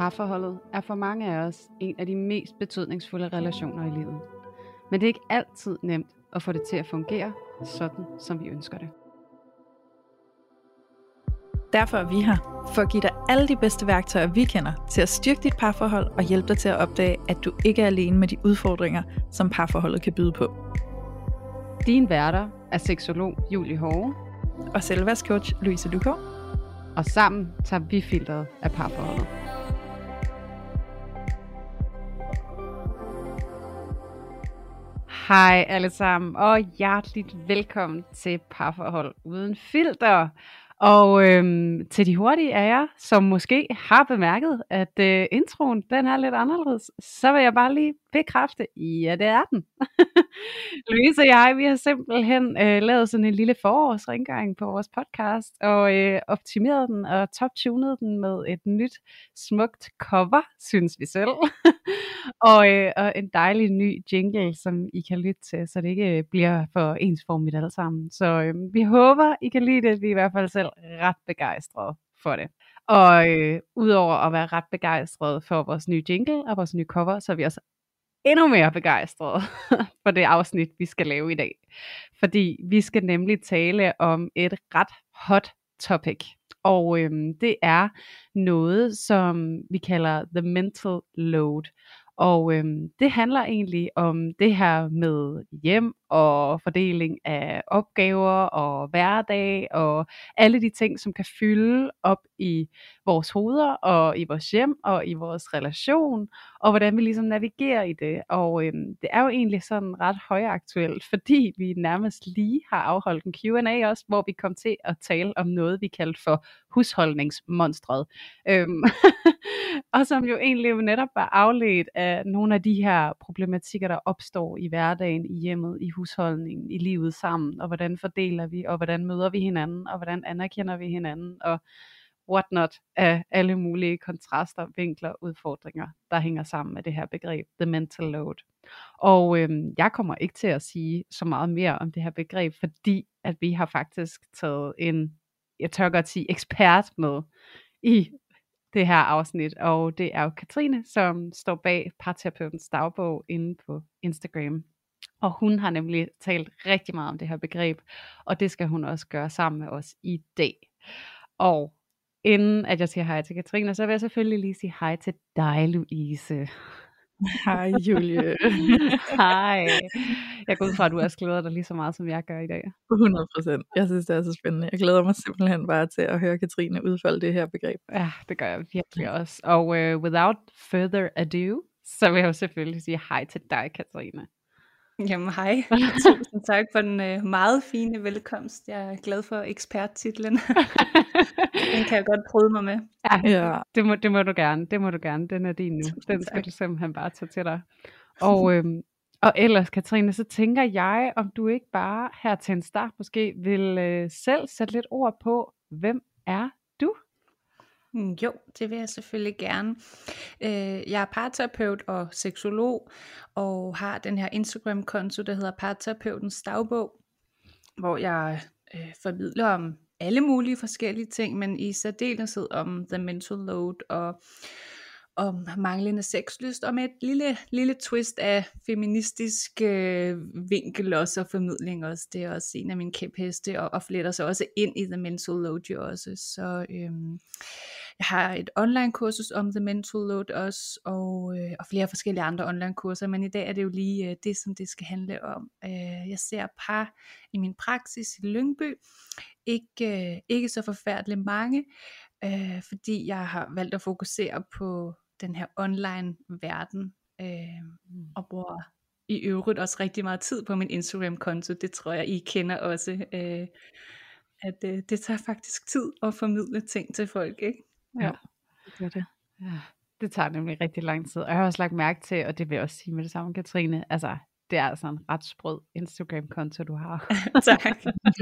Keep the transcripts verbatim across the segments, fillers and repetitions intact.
Parforholdet er for mange af os en af de mest betydningsfulde relationer i livet. Men det er ikke altid nemt at få det til at fungere sådan, som vi ønsker det. Derfor er vi her, for at give dig alle de bedste værktøjer, vi kender, til at styrke dit parforhold og hjælpe dig til at opdage, at du ikke er alene med de udfordringer, som parforholdet kan byde på. Din værter er seksolog Julie Hove Og selvværdscoach Louise Lukov. Og sammen tager vi filteret af parforholdet. Hej alle sammen, og hjerteligt velkommen til Parforhold Uden Filter. Og øhm, til de hurtige af jer, som måske har bemærket, at øh, introen den er lidt anderledes, så vil jeg bare lige bekræfte, ja det er den. Louise og jeg, vi har simpelthen øh, lavet sådan en lille forårsrengøring på vores podcast, og øh, optimeret den og top-tunet den med et nyt, smukt cover, synes vi selv. og, øh, og en dejlig ny jingle, som I kan lytte til, så det ikke bliver for ensformigt alle sammen. Så øh, vi håber, I kan lide det. Vi er i hvert fald selv ret begejstrede for det. Og øh, udover at være ret begejstrede for vores nye jingle og vores nye cover, så er vi også endnu mere begejstrede for det afsnit, vi skal lave i dag. Fordi vi skal nemlig tale om et ret hot topic. Og øhm, det er noget, som vi kalder the mental load. Og øhm, det handler egentlig om det her med hjem og fordeling af opgaver og hverdag og alle de ting, som kan fylde op i vores hoveder og i vores hjem og i vores relation, og hvordan vi ligesom navigerer i det. Og øhm, det er jo egentlig sådan ret højaktuelt, fordi vi nærmest lige har afholdt en Q and A også, hvor vi kom til at tale om noget, vi kaldte for husholdningsmonstret. Øhm, og som jo egentlig netop var afledt af nogle af de her problematikker, der opstår i hverdagen, i hjemmet, i husholdningen, i livet sammen, og hvordan fordeler vi, og hvordan møder vi hinanden, og hvordan anerkender vi hinanden, og whatnot af alle mulige kontraster, vinkler, udfordringer, der hænger sammen med det her begreb, the mental load. Og øhm, jeg kommer ikke til at sige så meget mere om det her begreb, fordi at vi har faktisk taget en, jeg tør godt sige, ekspert med i det her afsnit, og det er jo Katrine, som står bag Parterapeutens dagbog inde på Instagram. Og hun har nemlig talt rigtig meget om det her begreb, og det skal hun også gøre sammen med os i dag. Og inden at jeg siger hej til Katrine, så vil jeg selvfølgelig lige sige hej til dig, Louise. Hej Julie. Hej. Jeg går ud fra, at du også glæder dig lige så meget, som jeg gør i dag. hundrede procent. Jeg synes, det er så spændende. Jeg glæder mig simpelthen bare til at høre Katrine udfolde det her begreb. Ja, det gør jeg virkelig også. Og uh, without further ado, så vil jeg jo selvfølgelig sige hej til dig, Katrine. Jamen hej, tusind tak for den øh, meget fine velkomst. Jeg er glad for eksperttitlen. Den kan jeg godt prøve mig med. Ja, ja. Det, må, det må du gerne, det må du gerne. Den er din nu. Den skal du simpelthen bare tage til dig. Og, øhm, og ellers, Katrine, så tænker jeg, om du ikke bare her til en start måske vil øh, selv sætte lidt ord på, hvem er du? Jo, det vil jeg selvfølgelig gerne. Jeg er parterapeut og seksolog, og har den her Instagram-konto, der hedder Parterapeutens dagbog, hvor jeg øh, formidler om alle mulige forskellige ting, men i særdeleshed om the mental load og om manglende sexlyst, og med et lille, lille twist af feministisk øh, vinkel også, og formidling også. Det er også en af mine kæpheste, og, og fletter sig også ind i the mental load jo også. Så øhm, jeg har et online kursus om the mental load også, og, øh, og flere forskellige andre online kurser, men i dag er det jo lige øh, det, som det skal handle om. Øh, jeg ser par i min praksis i Lyngby, ikke, øh, ikke så forfærdeligt mange, øh, fordi jeg har valgt at fokusere på den her online verden, øh, og bruger i øvrigt også rigtig meget tid på min Instagram-konto. Det tror jeg, I kender også, øh, at øh, det tager faktisk tid at formidle ting til folk, ikke? Ja, det gør det. Ja, det tager nemlig rigtig lang tid. Og jeg har også lagt mærke til, og det vil jeg også sige med det samme, Katrine, altså det er altså en ret sprød Instagram-konto, du har. Tak. tak.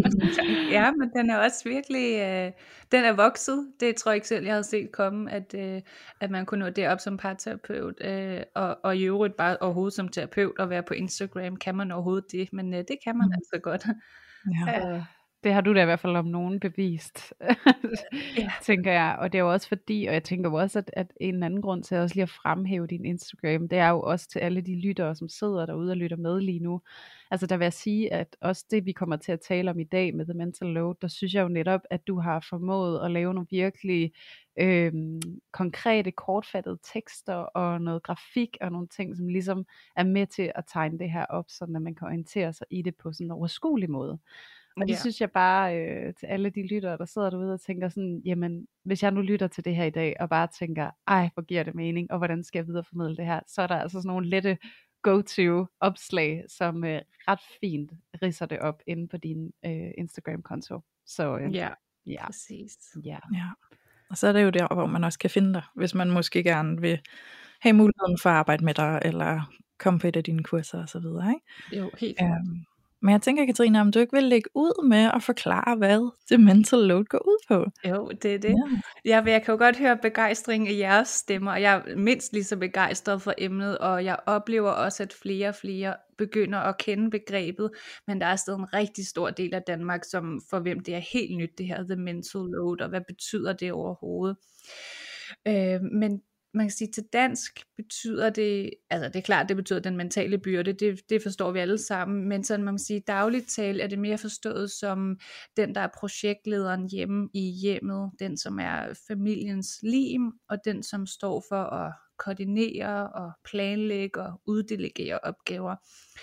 Ja, men den er også virkelig, øh, den er vokset. Det tror jeg ikke selv, jeg havde set komme, at, øh, at man kunne nå det op som parterapeut, øh, og, og i øvrigt bare overhovedet som terapeut, og være på Instagram, kan man overhovedet det, men øh, det kan man mm. altså godt. Ja. Det har du da i hvert fald om nogen bevist, Ja. tænker jeg. Og det er jo også fordi, og jeg tænker jo også, at, at en anden grund til også lige at fremhæve din Instagram, det er jo også til alle de lyttere, som sidder derude og lytter med lige nu. Altså der vil jeg sige, at også det, vi kommer til at tale om i dag med The Mental Load, der synes jeg jo netop, at du har formået at lave nogle virkelig øhm, konkrete, kortfattede tekster og noget grafik og nogle ting, som ligesom er med til at tegne det her op, så man kan orientere sig i det på sådan en overskuelig måde. Og det Ja. synes jeg bare øh, til alle de lyttere, der sidder derude og tænker sådan, jamen, hvis jeg nu lytter til det her i dag, og bare tænker, ej, hvor giver det mening, og hvordan skal jeg videreformidle det her, så er der altså sådan nogle lette go-to opslag, som øh, ret fint ridser det op inde på din øh, Instagram-konto. Så øh, Ja, ja, præcis. ja. Ja. Og så er det jo der, hvor man også kan finde dig, hvis man måske gerne vil have muligheden for at arbejde med dig, eller komme på et af dine kurser osv. Ikke? Jo, helt klart. Øhm, men jeg tænker, Katrine, om du ikke vil lægge ud med at forklare, hvad The Mental Load går ud på? Jo, det er det. Ja. Jeg, jeg kan jo godt høre begejstring i jeres stemmer, og jeg er mindst lige så begejstret for emnet, og jeg oplever også, at flere og flere begynder at kende begrebet, men der er stadig en rigtig stor del af Danmark, som for hvem det er helt nyt, det her The Mental Load, og hvad betyder det overhovedet? Øh, men man kan sige, til dansk betyder det, altså det er klart, det betyder den mentale byrde, det, det forstår vi alle sammen, men sådan man kan sige, dagligt tale er det mere forstået som den, der er projektlederen hjemme i hjemmet, den som er familiens lim, og den som står for at koordinere og planlægge og uddelegere opgaver.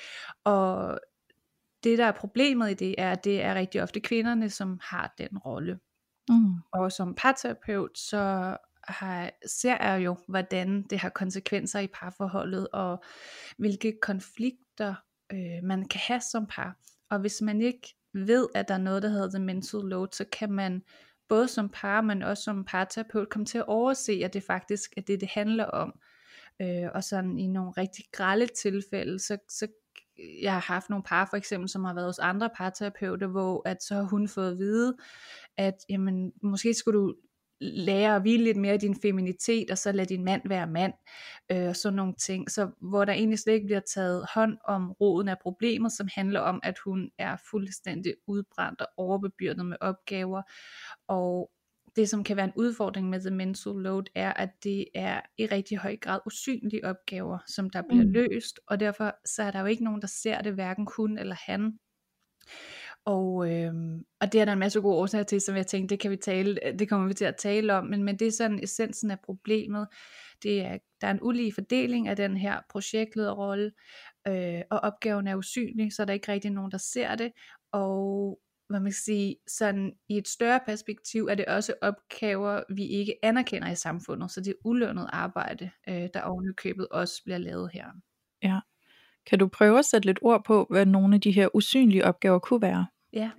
Og det, der er problemet i det, er, at det er rigtig ofte kvinderne, som har den rolle. Mm. Og som parterapeut, så har, ser jeg jo, hvordan det har konsekvenser i parforholdet, og hvilke konflikter øh, man kan have som par. Og hvis man ikke ved, at der er noget, der hedder the mental load, så kan man både som par, men også som parterapeut komme til at overse, at det faktisk er det, det handler om. Øh, og sådan i nogle rigtig grelle tilfælde, så, så jeg har haft nogle par for eksempel, som har været hos andre parterapeuter, hvor at så har hun fået at vide, at jamen, måske skulle du lære at hvile lidt mere i din feminitet, og så lade din mand være mand, øh, sådan nogle ting, så hvor der egentlig slet ikke bliver taget hånd om roden af problemet, som handler om, at hun er fuldstændig udbrændt og overbebyrdet med opgaver, og det som kan være en udfordring med the mental load, er, at det er i rigtig høj grad usynlige opgaver, som der bliver Mm. løst, og derfor så er der jo ikke nogen, der ser det, hverken hun eller han. Og, øhm, og det er der en masse gode årsager til, som jeg tænkte, det kan vi tale, det kommer vi til at tale om, men, men det er sådan essensen af problemet. Det er, der er en ulige fordeling af den her projektlederrolle, øh, og opgaven er usynlig, så er der ikke rigtig nogen, der ser det, og hvad man kan sige, sådan i et større perspektiv er det også opgaver, vi ikke anerkender i samfundet, så det er ulønnet arbejde, øh, der ovenikøbet også bliver lavet her. Ja. Kan du prøve at sætte lidt ord på, hvad nogle af de her usynlige opgaver kunne være? Ja,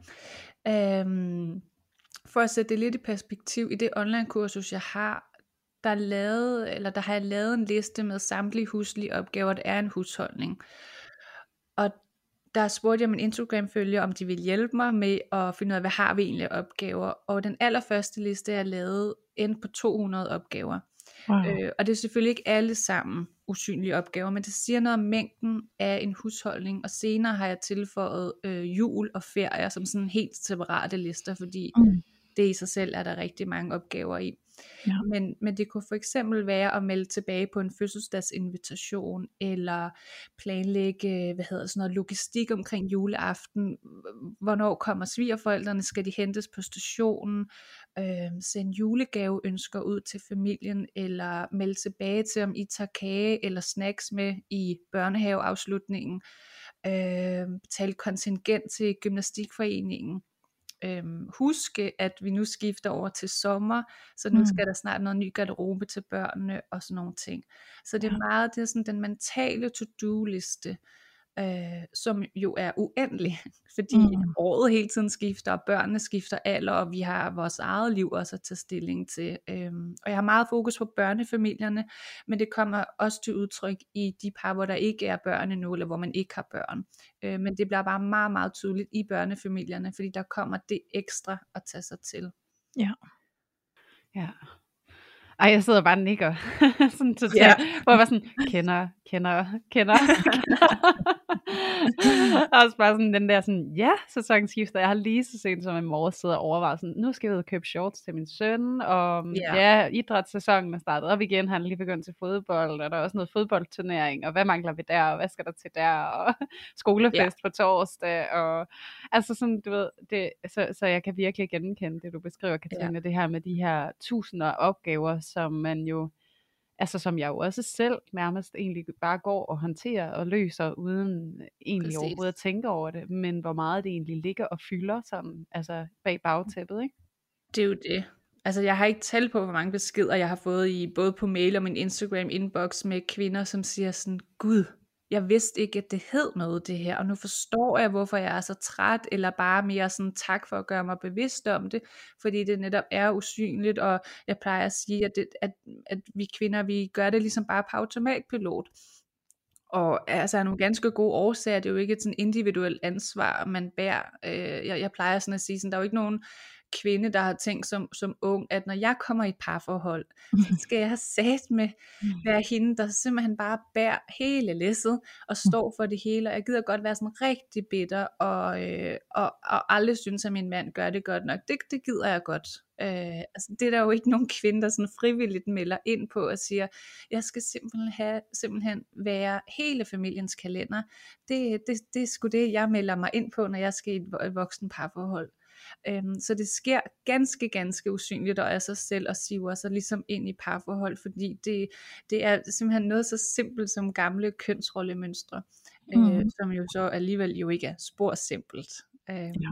øhm, for at sætte det lidt i perspektiv, i det online kursus jeg har, der, lavet, eller der har jeg lavet en liste med samtlige huslige opgaver, der er en husholdning. Og der spurgte jeg min Instagram-følger, om de ville hjælpe mig med at finde ud af, hvad har vi egentlig af opgaver. Og den allerførste liste, jeg lavede, endte på to hundrede opgaver. Wow. Øh, og det er selvfølgelig ikke alle sammen usynlige opgaver, men det siger noget om mængden af en husholdning, og senere har jeg tilføjet øh, jul og ferier som sådan helt separate lister, fordi Mm. det i sig selv er der rigtig mange opgaver i. Ja. Men, men det kunne for eksempel være at melde tilbage på en fødselsdagsinvitation, eller planlægge, hvad hedder sådan noget, logistik omkring juleaften. Hvornår kommer svigerforældrene? Skal de hentes på stationen? Øh, sende julegaveønsker ud til familien, eller melde tilbage til, om I tager kage eller snacks med i børnehaveafslutningen. Øh, betale kontingent til gymnastikforeningen. Øhm, huske at vi nu skifter over til sommer, så nu Mm. skal der snart noget ny garderobe til børnene og sådan nogle ting. Så det er Ja. meget, det er sådan den mentale to-do liste, øh, som jo er uendelig, fordi Mm. året hele tiden skifter, og børnene skifter alder, og vi har vores eget liv også at tage stilling til. Øhm, og jeg har meget fokus på børnefamilierne, men det kommer også til udtryk i de par, hvor der ikke er børn endnu, eller hvor man ikke har børn. Øh, men det bliver bare meget, meget tydeligt i børnefamilierne, fordi der kommer det ekstra at tage sig til. Ja. Ja. Ej, jeg sidder bare og nikker. Sådan totalt. Ja. Hvor jeg var sådan, kender, kender, kender, kender. Og også bare sådan den der sådan, ja, sæsonskifter. Jeg har lige så sent som i morges siddet og overvejet sådan, nu skal jeg ud og købe shorts til min søn, og Ja. ja, idrætssæsonen er startet op igen. Han er lige begyndt til fodbold, og der er også noget fodboldturnering, og hvad mangler vi der, og hvad skal der til der, og skolefest på torsdag, og altså sådan, du ved, det, så, så jeg kan virkelig genkende det, du beskriver, Katrine, Ja. det her med de her tusinder af opgaver, som man jo, altså som jeg jo også selv nærmest egentlig bare går og håndterer og løser, uden egentlig Præcis. overhovedet at tænke over det, men hvor meget det egentlig ligger og fylder sådan, altså bag bagtæppet, ikke? Det er jo det. Altså jeg har ikke tal på, hvor mange beskeder jeg har fået i både på mail og min Instagram inbox med kvinder, som siger sådan, gud, jeg vidste ikke, at det hed noget det her, og nu forstår jeg, hvorfor jeg er så træt, eller bare mere sådan tak for at gøre mig bevidst om det, fordi det netop er usynligt, og jeg plejer at sige, at, det, at, at vi kvinder, vi gør det ligesom bare på automatpilot. Og altså af nogle ganske gode årsager, det er jo ikke et sådan individuelt ansvar, man bærer. Øh, jeg, jeg plejer sådan at sige, sådan, der er jo ikke nogen kvinde, der har tænkt som, som ung, at når jeg kommer i et parforhold, så skal jeg have sat med være hende, der simpelthen bare bærer hele læsset, og står for det hele, og jeg gider godt være sådan rigtig bitter, og, øh, og, og aldrig synes, at min mand gør det godt nok. Det, det gider jeg godt. Øh, altså, det er der jo ikke nogen kvinde, der sådan frivilligt melder ind på, og siger, jeg skal simpelthen, have, simpelthen være hele familiens kalender. Det, det, det er sgu det, jeg melder mig ind på, når jeg skal i et, et voksen parforhold. Øhm, så det sker ganske, ganske usynligt og af sig selv og siver sig ligesom ind i parforhold, fordi det, det er simpelthen noget så simpelt som gamle kønsrollemønstre, mm. øh, som jo så alligevel jo ikke er spor simpelt. Øhm, ja.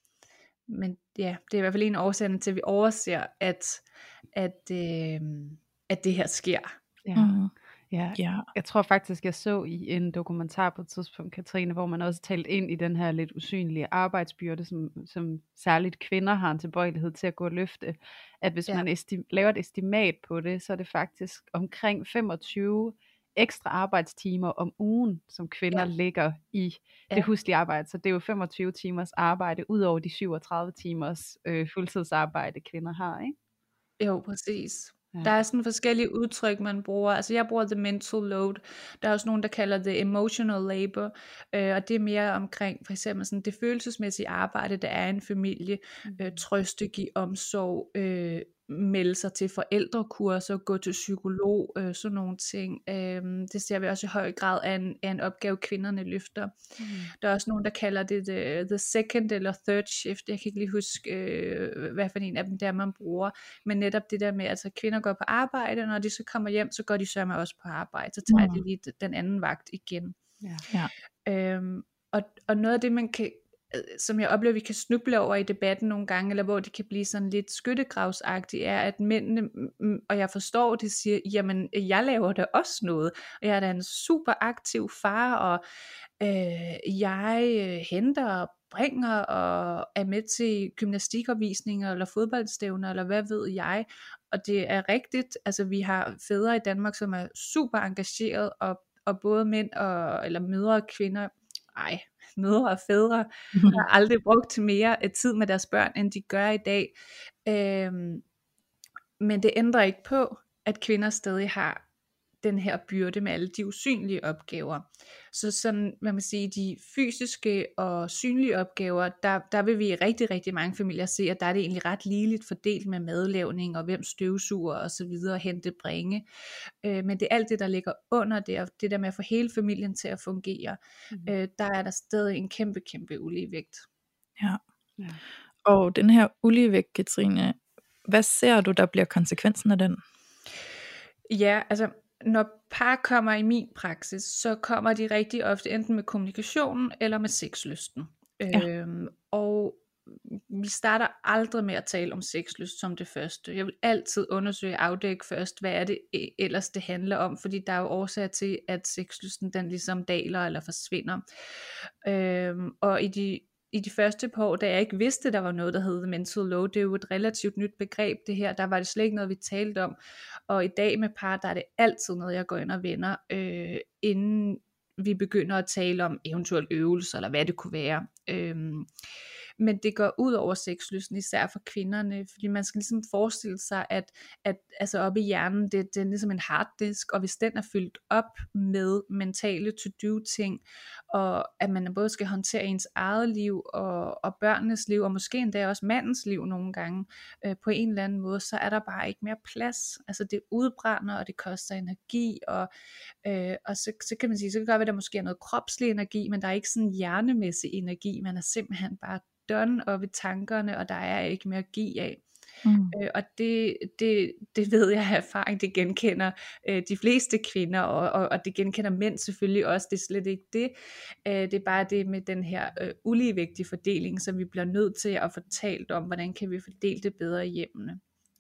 Men ja, det er i hvert fald en af årsagerne til, at vi overser, at, at, øh, at det her sker. Ja. Mm. Ja, ja, jeg tror faktisk, jeg så i en dokumentar på et tidspunkt, Katrine, hvor man også talte ind i den her lidt usynlige arbejdsbyrde, som, som særligt kvinder har en tilbøjelighed til at gå og løfte, at hvis ja. man esti- laver et estimat på det, så er det faktisk omkring femogtyve ekstra arbejdstimer om ugen, som kvinder ja. lægger i ja. det huslige arbejde. Så det er jo femogtyve timers arbejde, ud over de syvogtredive timers øh, fuldtidsarbejde, kvinder har, ikke? Jo, præcis. Ja. Der er sådan forskellige udtryk, man bruger. Altså jeg bruger the mental load. Der er også nogen, der kalder det emotional labor. Øh, og det er mere omkring for eksempel sådan det følelsesmæssige arbejde, der er i en familie. Mm. Øh, trøste, give omsorg, øh, melde sig til forældrekurser, gå til psykolog, øh, sådan nogle ting. Øh, det ser vi også i høj grad af en, af en opgave, kvinderne løfter. Mm. Der er også nogen, der kalder det the, the second eller third shift. Jeg kan ikke lige huske, øh, hvad for en af dem der man bruger. Men netop det der med, at altså, kvinder går på arbejde, og når de så kommer hjem, så går de sørme også på arbejde. Så tager mm. de lige den anden vagt igen. Ja. Ja. Øhm, og, og noget af det, man kan som jeg oplever, vi kan snuble over i debatten nogle gange, eller hvor det kan blive sådan lidt skyttegravsagtigt, er, at mændene, og jeg forstår det, siger, jamen, jeg laver da også noget, og jeg er da en super aktiv far, og øh, jeg henter og bringer, og er med til gymnastikopvisninger, eller fodboldstævner, eller hvad ved jeg, og det er rigtigt, altså vi har fædre i Danmark, som er super engageret, og, og både mænd, og, eller mødre og kvinder, ej, mødre og fædre har aldrig brugt mere tid med deres børn, end de gør i dag. Øhm, men det ændrer ikke på, at kvinder stadig har den her byrde med alle de usynlige opgaver. Så sådan, hvad man siger, de fysiske og synlige opgaver, der, der vil vi i rigtig, rigtig mange familier se, at der er det egentlig ret ligeligt fordelt med madlavning, og hvem støvsuger og så videre, hente, bringe. Øh, men det er alt det, der ligger under det, og det der med at få hele familien til at fungere, mm. øh, der er der stadig en kæmpe, kæmpe uligevægt. Ja. ja. Og den her uligevægt, Katrine, hvad ser du, der bliver konsekvensen af den? Ja, altså når par kommer i min praksis, så kommer de rigtig ofte enten med kommunikationen eller med sexlysten. Ja. Øhm, og vi starter aldrig med at tale om sexlyst som det første. Jeg vil altid undersøge afdække først, hvad er det ellers det handler om, fordi der er jo årsager til, at sexlysten den ligesom daler eller forsvinder. Øhm, og i de I de første par år, da jeg ikke vidste, der var noget, der hed mental load, det er jo et relativt nyt begreb det her, der var det slet ikke noget, vi talte om, og i dag med par, der er det altid noget, jeg går ind og vender, øh, inden vi begynder at tale om eventuelle øvelser, eller hvad det kunne være. Øhm, men det går ud over sexlysten, især for kvinderne, fordi man skal ligesom forestille sig, at, at altså oppe i hjernen, det, det er ligesom en harddisk, og hvis den er fyldt op med mentale to-do-ting, og at man både skal håndtere ens eget liv, og, og børnenes liv, og måske endda også mandens liv nogle gange, øh, på en eller anden måde, så er der bare ikke mere plads. Altså det udbrænder, og det koster energi, og, øh, og så, så kan man sige, så kan det godt være, at der måske er noget kropslig energi, men der er ikke sådan hjernemæssig energi, man er simpelthen bare done op i tankerne, og der er ikke mere at give af. Mm. Øh, og det, det, det ved jeg af erfaring, det genkender øh, de fleste kvinder, og, og, og det genkender mænd selvfølgelig også, det er slet ikke det. Øh, det er bare det med den her øh, uligevægtige fordeling, som vi bliver nødt til at få talt om, hvordan kan vi fordele det bedre i hjemmene.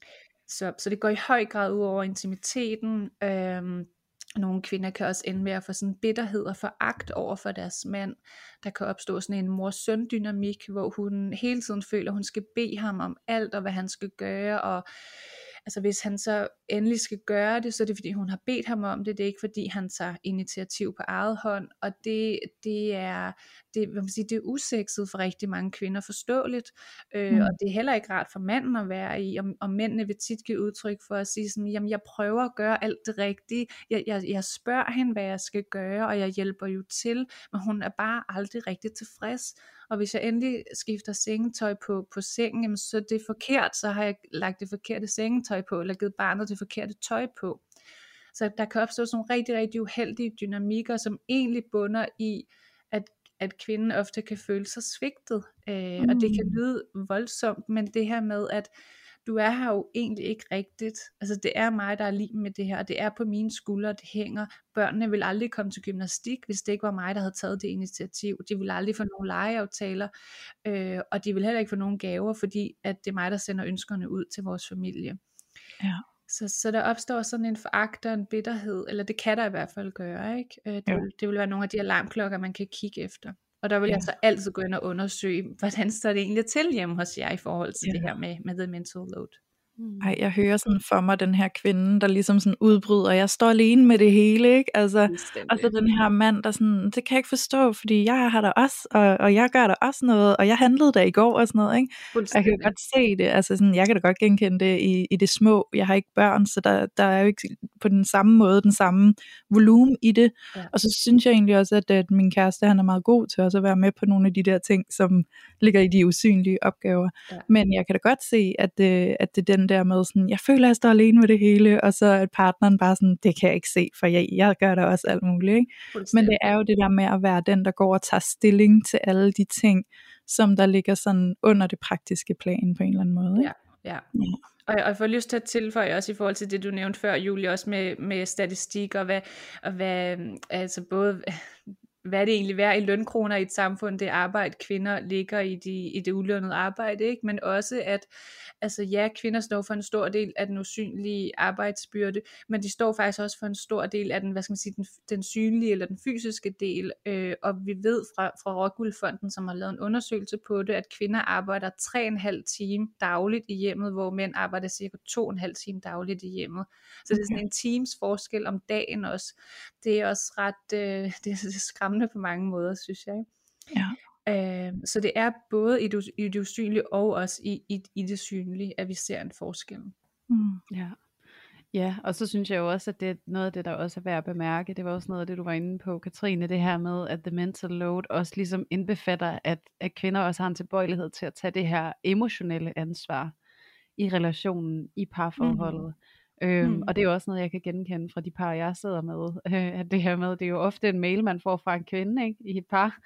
Så, så det går i høj grad ud over intimiteten. Øh, Nogle kvinder kan også ende med at få sådan bitterhed og foragt over for deres mand. Der kan opstå sådan en mor-søn dynamik, hvor hun hele tiden føler, at hun skal bede ham om alt, og hvad han skal gøre, og altså hvis han så endelig skal gøre det, så er det fordi hun har bedt ham om det, det er ikke fordi han tager initiativ på eget hånd, og det, det er det, hvad man siger, det er usekset for rigtig mange kvinder, forståeligt, øh, mm. og det er heller ikke rart for manden at være i, og, og mændene vil tit give udtryk for at sige sådan, jamen jeg prøver at gøre alt det rigtige, jeg, jeg, jeg spørger hende, hvad jeg skal gøre, og jeg hjælper jo til, men hun er bare aldrig rigtig tilfreds. Og hvis jeg endelig skifter sengetøj på, på sengen, jamen, så er det forkert, så har jeg lagt det forkerte sengetøj på, eller givet barnet det forkerte tøj på. Så der kan opstå sådan nogle rigtig, rigtig uheldige dynamikker, som egentlig bunder i, at, at kvinden ofte kan føle sig svigtet. Øh, mm. Og det kan lyde voldsomt, men det her med, at du er her jo egentlig ikke rigtigt. Altså det er mig, der er lige med det her, og det er på mine skuldre, det hænger. Børnene vil aldrig komme til gymnastik, hvis det ikke var mig, der havde taget det initiativ. De vil aldrig få nogle legeaftaler, øh, og de vil heller ikke få nogle gaver, fordi at det er mig, der sender ønskerne ud til vores familie. Ja. Så, så der opstår sådan en foragt og en bitterhed, eller det kan der i hvert fald gøre, ikke? Øh, det, ja. vil, det vil være nogle af de alarmklokker, man kan kigge efter. Og der vil ja. jeg så altid gå ind og undersøge, hvordan står det egentlig til hjemme hos jer i forhold til ja. det her med, med the mental load. Ej, jeg hører sådan for mig den her kvinde, der ligesom sådan udbryder, jeg står alene med det hele, ikke? Altså, og så den her mand, der sådan, det kan jeg ikke forstå, fordi jeg har der også, og, og jeg gør der også noget, og jeg handlede der i går og sådan noget, ikke? Jeg kan jo godt se det, altså sådan, jeg kan da godt genkende det i, i det små, jeg har ikke børn, så der, der er jo ikke på den samme måde, den samme volumen i det, ja. Og så synes jeg egentlig også, at, at min kæreste, han er meget god til også at være med på nogle af de der ting, som ligger i de usynlige opgaver, ja. Men jeg kan da godt se, at, at det er den der med sådan, jeg føler, at jeg står alene med det hele, og så at partneren bare sådan, det kan jeg ikke se, for jeg, jeg gør der også alt muligt, ikke? Men det er jo det der med at være den, der går og tager stilling til alle de ting, som der ligger sådan under det praktiske plan på en eller anden måde, ikke? Ja, ja. ja. Og jeg, og jeg får lyst til at tilføje også i forhold til det, du nævnte før, Julie, også med, med statistik, og hvad, og hvad altså både hvad er det egentlig værd i lønkroner i et samfund, det arbejde kvinder ligger i, de, i det ulønnede arbejde, ikke? Men også at, altså ja, kvinder står for en stor del af den usynlige arbejdsbyrde, men de står faktisk også for en stor del af den, hvad skal man sige, den, den synlige eller den fysiske del, øh, og vi ved fra, fra Rockwool Fonden, som har lavet en undersøgelse på det, at kvinder arbejder tre og en halv time dagligt i hjemmet, hvor mænd arbejder cirka to og en halv time dagligt i hjemmet. Så det er sådan en times forskel om dagen også. Det er også ret, øh, det er skræmmende på mange måder, synes jeg. Ja. Øh, så det er både i det, i det usynlige og også i, i, i det synlige, at vi ser en forskel. Mm. Ja. Ja, og så synes jeg jo også, at det er noget af det, der også er værd at bemærke. Det var også noget af det, du var inde på, Katrine, det her med, at the mental load også ligesom indbefatter, at, at kvinder også har en tilbøjelighed til at tage det her emotionelle ansvar i relationen, i parforholdet. Mm. Øhm, mm. Og det er jo også noget, jeg kan genkende fra de par, jeg sidder med. Øh, at det her med, det er jo ofte en mail, man får fra en kvinde, ikke, i et par,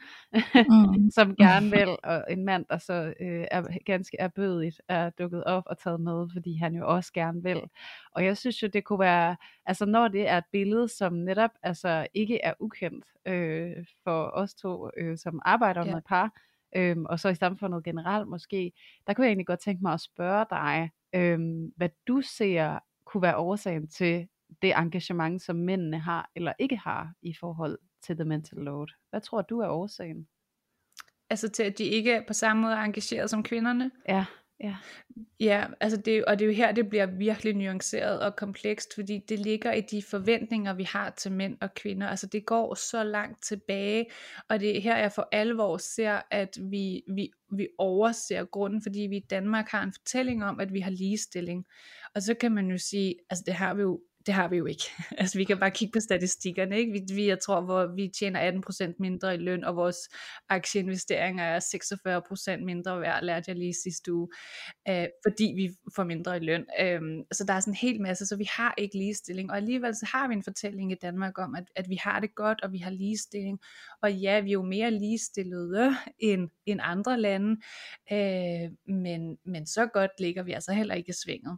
mm. som gerne vil, og en mand, der så øh, er ganske erbødigt, er dukket op og taget med, fordi han jo også gerne vil. Og jeg synes jo, det kunne være, altså når det er et billede, som netop altså ikke er ukendt øh, for os to, øh, som arbejder yeah. med par, øh, og så i samfundet generelt måske, der kunne jeg egentlig godt tænke mig at spørge dig, øh, hvad du ser kunne være årsagen til det engagement, som mændene har eller ikke har i forhold til the mental load. Hvad tror du er årsagen? Altså til at de ikke er på samme måde engageret som kvinderne? Ja, Ja. Ja, altså det, og det er jo her, det bliver virkelig nuanceret og komplekst, fordi det ligger i de forventninger, vi har til mænd og kvinder. Altså det går så langt tilbage, og det er her, jeg for alvor ser, at vi, vi, vi overser grunden, fordi vi i Danmark har en fortælling om, at vi har ligestilling. Og så kan man jo sige, altså det har vi jo Det har vi jo ikke. Altså vi kan bare kigge på statistikkerne, ikke? Vi, vi, jeg tror, hvor vi tjener atten procent mindre i løn, og vores aktieinvesteringer er seksogfyrre procent mindre værd, lærte jeg lige sidste uge, øh, fordi vi får mindre i løn. Øhm, så der er sådan en hel masse, så vi har ikke ligestilling, og alligevel så har vi en fortælling i Danmark om, at, at vi har det godt, og vi har ligestilling, og ja, vi er jo mere ligestillede end, end andre lande, øh, men, men så godt ligger vi altså heller ikke i svinget.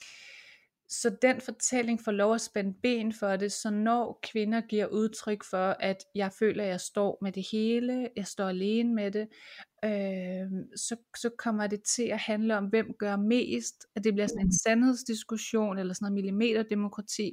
Så den fortælling får lov at spænde ben for det, så når kvinder giver udtryk for, at jeg føler, at jeg står med det hele, jeg står alene med det, øh, så, så kommer det til at handle om, hvem gør mest, at det bliver sådan en sandhedsdiskussion, eller sådan noget millimeterdemokrati.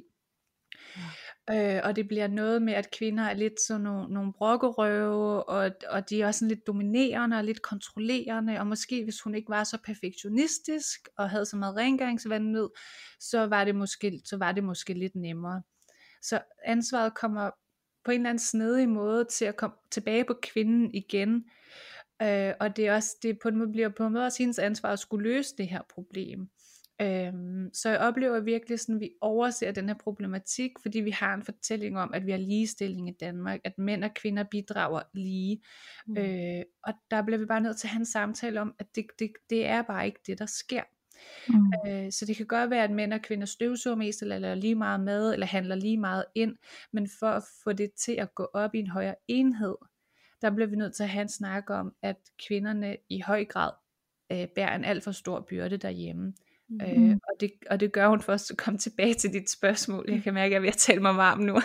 Øh, og det bliver noget med, at kvinder er lidt sådan nogle, nogle brokkerøve, og, og de er også sådan lidt dominerende og lidt kontrollerende, og måske hvis hun ikke var så perfektionistisk, og havde så meget rengøringsvanvid, så var det måske, så var det måske lidt nemmere. Så ansvaret kommer på en eller anden snedig måde til at komme tilbage på kvinden igen, øh, og det er også, det på en måde, bliver på en måde også hendes ansvar at skulle løse det her problem. Øhm, så jeg oplever virkelig sådan, at vi overser den her problematik, fordi vi har en fortælling om, at vi har ligestilling i Danmark, at mænd og kvinder bidrager lige, mm. øh, og der bliver vi bare nødt til at have en samtale om, at det, det, det er bare ikke det, der sker. Mm. Øh, så det kan godt være, at mænd og kvinder støvsuger mest, eller laver lige meget mad, eller handler lige meget ind, men for at få det til at gå op i en højere enhed, der bliver vi nødt til at have en snak om, at kvinderne i høj grad øh, bærer en alt for stor byrde derhjemme. Mm. Øh, og, det, og det gør hun for os at komme tilbage til dit spørgsmål. Jeg kan mærke, at jeg er ved at tale mig varm nu.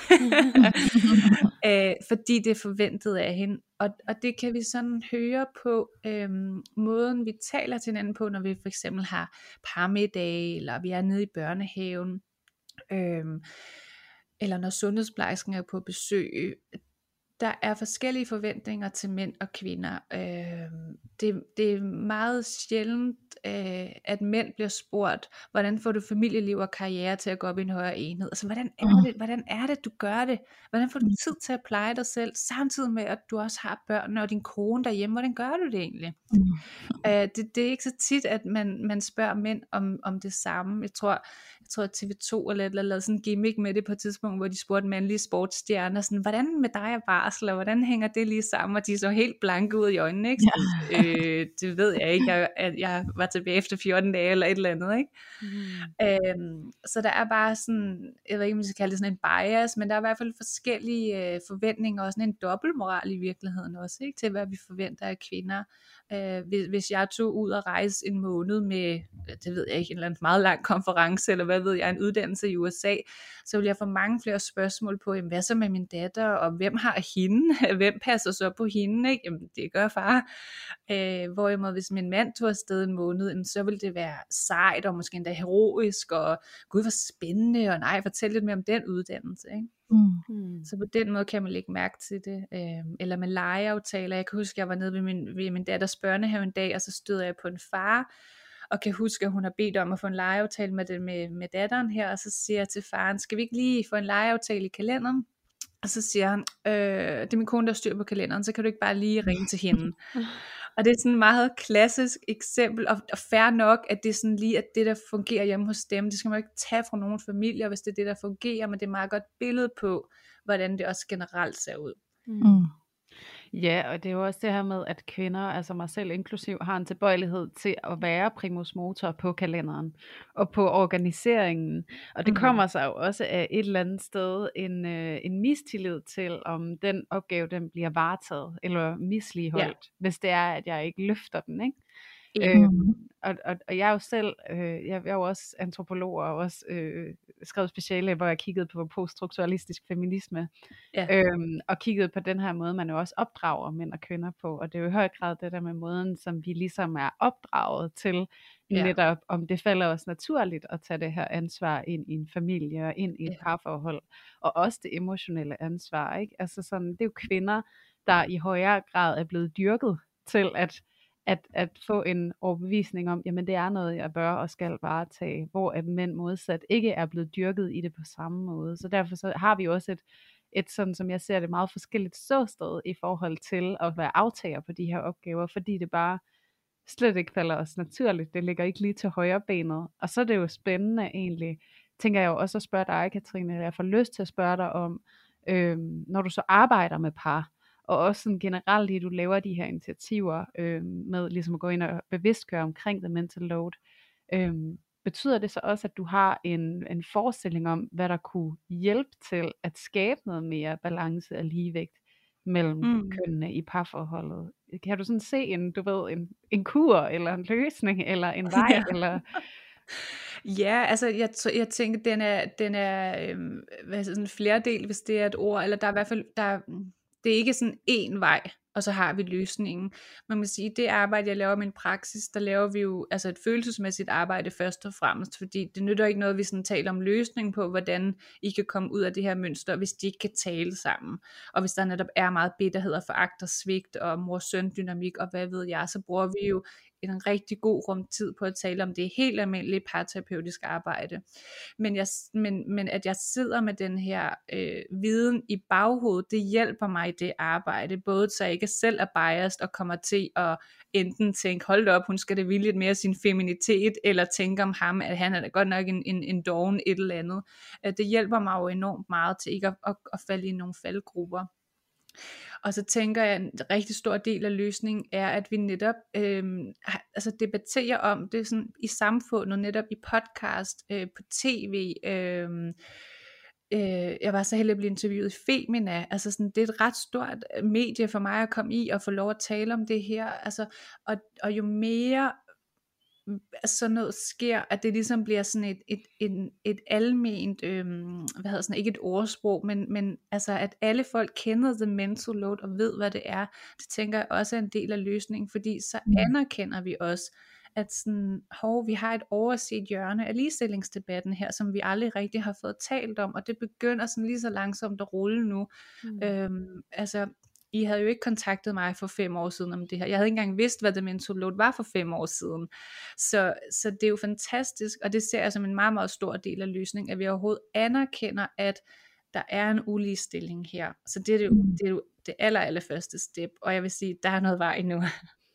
øh, fordi det er forventet af hende. Og, og det kan vi sådan høre på øhm, måden, vi taler til hinanden på, når vi for eksempel har parmiddag, eller vi er nede i børnehaven, øhm, eller når sundhedsplejersken er på besøg. Der er forskellige forventninger til mænd og kvinder. Øh, det, det er meget sjældent, øh, at mænd bliver spurgt, hvordan får du familieliv og karriere til at gå op i en højere enhed? Altså, hvordan er det, hvordan er det du gør det? Hvordan får du tid til at pleje dig selv, samtidig med, at du også har børnene og din kone derhjemme? Hvordan gør du det egentlig? Mm. Øh, det, det er ikke så tit, at man, man spørger mænd om, om det samme. Jeg tror, jeg tror at T V to eller eller lavede sådan en gimmick med det på et tidspunkt, hvor de spurgte mandlige sportsstjerner, sådan, hvordan med dig og barsel, og hvordan hænger det lige sammen? Og de så helt blanke ud i øjnene, ikke? Så, ja. øh, det ved jeg ikke, jeg, at jeg var tilbage efter fjorten dage eller et eller andet, ikke? Mm. Øhm, så der er bare sådan, jeg ved ikke, om vi skal kalde det sådan en bias, men der er i hvert fald forskellige øh, forventninger, og sådan en dobbeltmoral i virkeligheden også, ikke? Til hvad vi forventer af kvinder. Øh, hvis, hvis jeg tog ud og rejse en måned med, det ved jeg ikke, en eller anden meget lang konference, eller hvad ved jeg, en uddannelse i U S A, så vil jeg få mange flere spørgsmål på, jamen, hvad så med min datter, og hvem har hende, hvem passer så på hende, ikke? Jamen, det gør far. Øh, hvorimod hvis min mand tog afsted en måned, så ville det være sejt, og måske endda heroisk, og gud, hvor spændende, og nej, fortæl lidt mere om den uddannelse, ikke? Mm. Så på den måde kan man lægge mærke til det. øh, Eller med legeaftaler. Jeg kan huske, jeg var nede ved min, ved min datters børnehave en dag, og så stod jeg på en far, og kan huske, at hun har bedt om at få en legeaftale med, det, med, med datteren her, og så siger jeg til faren, skal vi ikke lige få en legeaftale i kalenderen? Og så siger han, øh, det er min kone, der styr på kalenderen, så kan du ikke bare lige ringe til hende. Og det er sådan et meget klassisk eksempel, og, og fair nok, at det er sådan lige, at det der fungerer hjemme hos dem, det skal man ikke tage fra nogen familier, hvis det er det der fungerer, men det er et meget godt billede på, hvordan det også generelt ser ud. Mm. Ja, og det er jo også det her med, at kvinder, altså mig selv inklusiv, har en tilbøjelighed til at være primus motor på kalenderen og på organiseringen. Og det kommer sig jo også af et eller andet sted en, øh, en mistillid til, om den opgave, den bliver varetaget eller misligeholdt, ja. Hvis det er, at jeg ikke løfter den, ikke? Mm. Øhm, og, og, og jeg er jo selv, øh, jeg, jeg er jo også antropolog og også øh, skrevet speciale, hvor jeg kiggede på poststrukturalistisk feminisme, ja. øhm, og kiggede på den her måde, man jo også opdrager mænd og kvinder på, og det er jo i høj grad det der med måden, som vi ligesom er opdraget til, ja. Netop om det falder os naturligt at tage det her ansvar ind i en familie og ind i et ja. Parforhold, og også det emotionelle ansvar, ikke? Altså sådan, det er jo kvinder, der i højere grad er blevet dyrket til at at, at få en overbevisning om, jamen det er noget, jeg bør og skal varetage, hvor at mænd modsat ikke er blevet dyrket i det på samme måde. Så derfor så har vi også et, et sådan, som jeg ser det, meget forskelligt ståsted i forhold til at være aftager på de her opgaver, fordi det bare slet ikke falder os naturligt. Det ligger ikke lige til højre benet. Og så er det jo spændende egentlig, tænker jeg jo også at spørge dig, Katrine, jeg får lyst til at spørge dig om, øhm, når du så arbejder med par, og også sådan generelt i, at du laver de her initiativer øhm, med ligesom at gå ind og bevidstgøre omkring the mental load, øhm, betyder det så også, at du har en, en forestilling om, hvad der kunne hjælpe til at skabe noget mere balance og ligevægt mellem mm. kønnene i parforholdet? Kan du sådan se en, du ved, en, en kur, eller en løsning, eller en vej, Ja. eller... Ja, altså jeg, jeg tænker, den er, den er øhm, hvad sådan flerdel, hvis det er et ord, eller der er i hvert fald, der, det er ikke sådan én vej, og så har vi løsningen. Man må sige, det arbejde, jeg laver i min praksis, der laver vi jo altså et følelsesmæssigt arbejde først og fremmest, fordi det nytter ikke noget, vi sådan taler om løsning på, hvordan I kan komme ud af det her mønster, hvis de ikke kan tale sammen. Og hvis der netop er meget bitterhed og foragt og svigt og mor-søn dynamik og hvad ved jeg, så bruger vi jo en rigtig god rum tid på at tale om det helt almindelige parterapeutisk arbejde. Men, jeg, men, men at jeg sidder med den her øh, viden i baghovedet, det hjælper mig i det arbejde, både så jeg ikke selv er biased og kommer til at enten tænke, hold op, hun skal det ville lidt mere sin feminitet, eller tænke om ham, at han er da godt nok en, en, en doven et eller andet. Det hjælper mig jo enormt meget til ikke at, at, at falde i nogle faldgrupper. Og så tænker jeg, at en rigtig stor del af løsningen er, at vi netop øh, altså debatterer om det sådan i samfundet, netop i podcast, øh, på tv. Øh, øh, jeg var så heldig at blive interviewet i Femina. Altså sådan, det er et ret stort medie for mig at komme i og få lov at tale om det her. Altså, og, og jo mere sådan noget sker, at det ligesom bliver sådan et, et, et, et alment, øhm, hvad hedder sådan, ikke et ordsprog, men, men altså at alle folk kender the mental load og ved hvad det er, det tænker jeg også er en del af løsningen, fordi så anerkender vi også, at sådan, hov, vi har et overset hjørne af ligestillingsdebatten her, som vi aldrig rigtig har fået talt om, og det begynder sådan lige så langsomt at rulle nu. Mm. Øhm, altså I havde jo ikke kontaktet mig for fem år siden om det her. Jeg havde ikke engang vidst, hvad the mental load var for fem år siden. Så, så det er jo fantastisk, og det ser jeg som en meget, meget stor del af løsningen, at vi overhovedet anerkender, at der er en uligestilling her. Så det er jo det, er jo det aller, aller første step, og jeg vil sige, der er noget vej nu.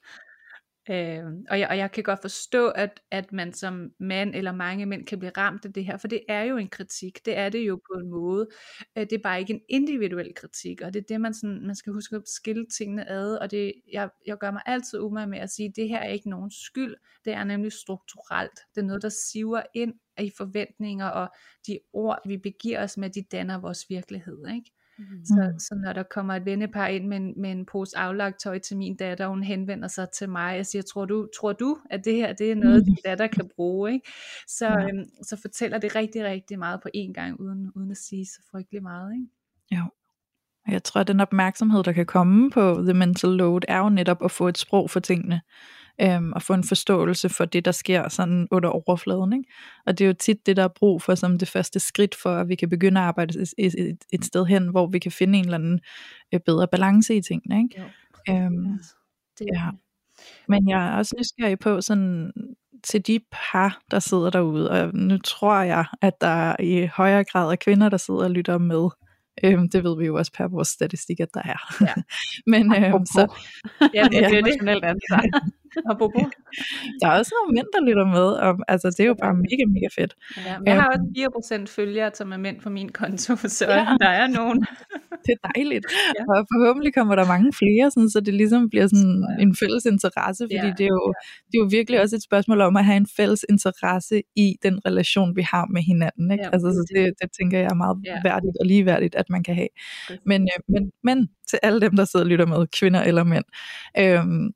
Øh, og, jeg, og jeg kan godt forstå, at, at man som mand eller mange mænd kan blive ramt af det her, for det er jo en kritik, det er det jo på en måde, øh, det er bare ikke en individuel kritik, og det er det man, sådan, man skal huske at skille tingene ad, og det, jeg, jeg gør mig altid umage med at sige, at det her er ikke nogen skyld, det er nemlig strukturelt, det er noget der siver ind i forventninger, og de ord vi begiver os med, de danner vores virkelighed, ikke? Mm. Så, så når der kommer et vennepar ind med en, med en pose aflagt tøj til min datter, hun henvender sig til mig og siger, tror du, tror du at det her det er noget, din datter kan bruge, ikke? Så, ja. øhm, så fortæller det rigtig, rigtig meget på én gang, uden, uden at sige så frygtelig meget, ikke? Jo. Jeg tror, at den opmærksomhed, der kan komme på the mental load, er jo netop at få et sprog for tingene, øhm, og få en forståelse for det, der sker sådan under overfladen, ikke? Og det er jo tit det, der er brug for som det første skridt for, at vi kan begynde at arbejde et, et, et sted hen, hvor vi kan finde en eller anden øh, bedre balance i tingene, ikke? Jo, øhm, det ja. Men jeg er også nysgerrig på sådan til de par, der sidder derude, og nu tror jeg, at der i højere grad er kvinder, der sidder og lytter med. Øhm, det ved vi jo også per vores statistik, at der er. Ja. Men øhm, så ja, det er emotionelt ansvar. Der er også nogle mænd, der lytter med, og altså, det er jo bare mega, mega fedt. Ja, men jeg har også fire procent følgere, som er mænd på min konto, så ja. Der er nogen. Det er dejligt. Ja. Og forhåbentlig kommer der mange flere, sådan, så det ligesom bliver sådan ja. En fælles interesse, fordi ja. det, er jo, det er jo virkelig også et spørgsmål om at have en fælles interesse i den relation, vi har med hinanden. Ikke? Ja, altså, så det, det tænker jeg er meget ja. Værdigt og ligeværdigt, at man kan have. Men, øh, men, men til alle dem, der sidder og lytter med, kvinder eller mænd, øhm,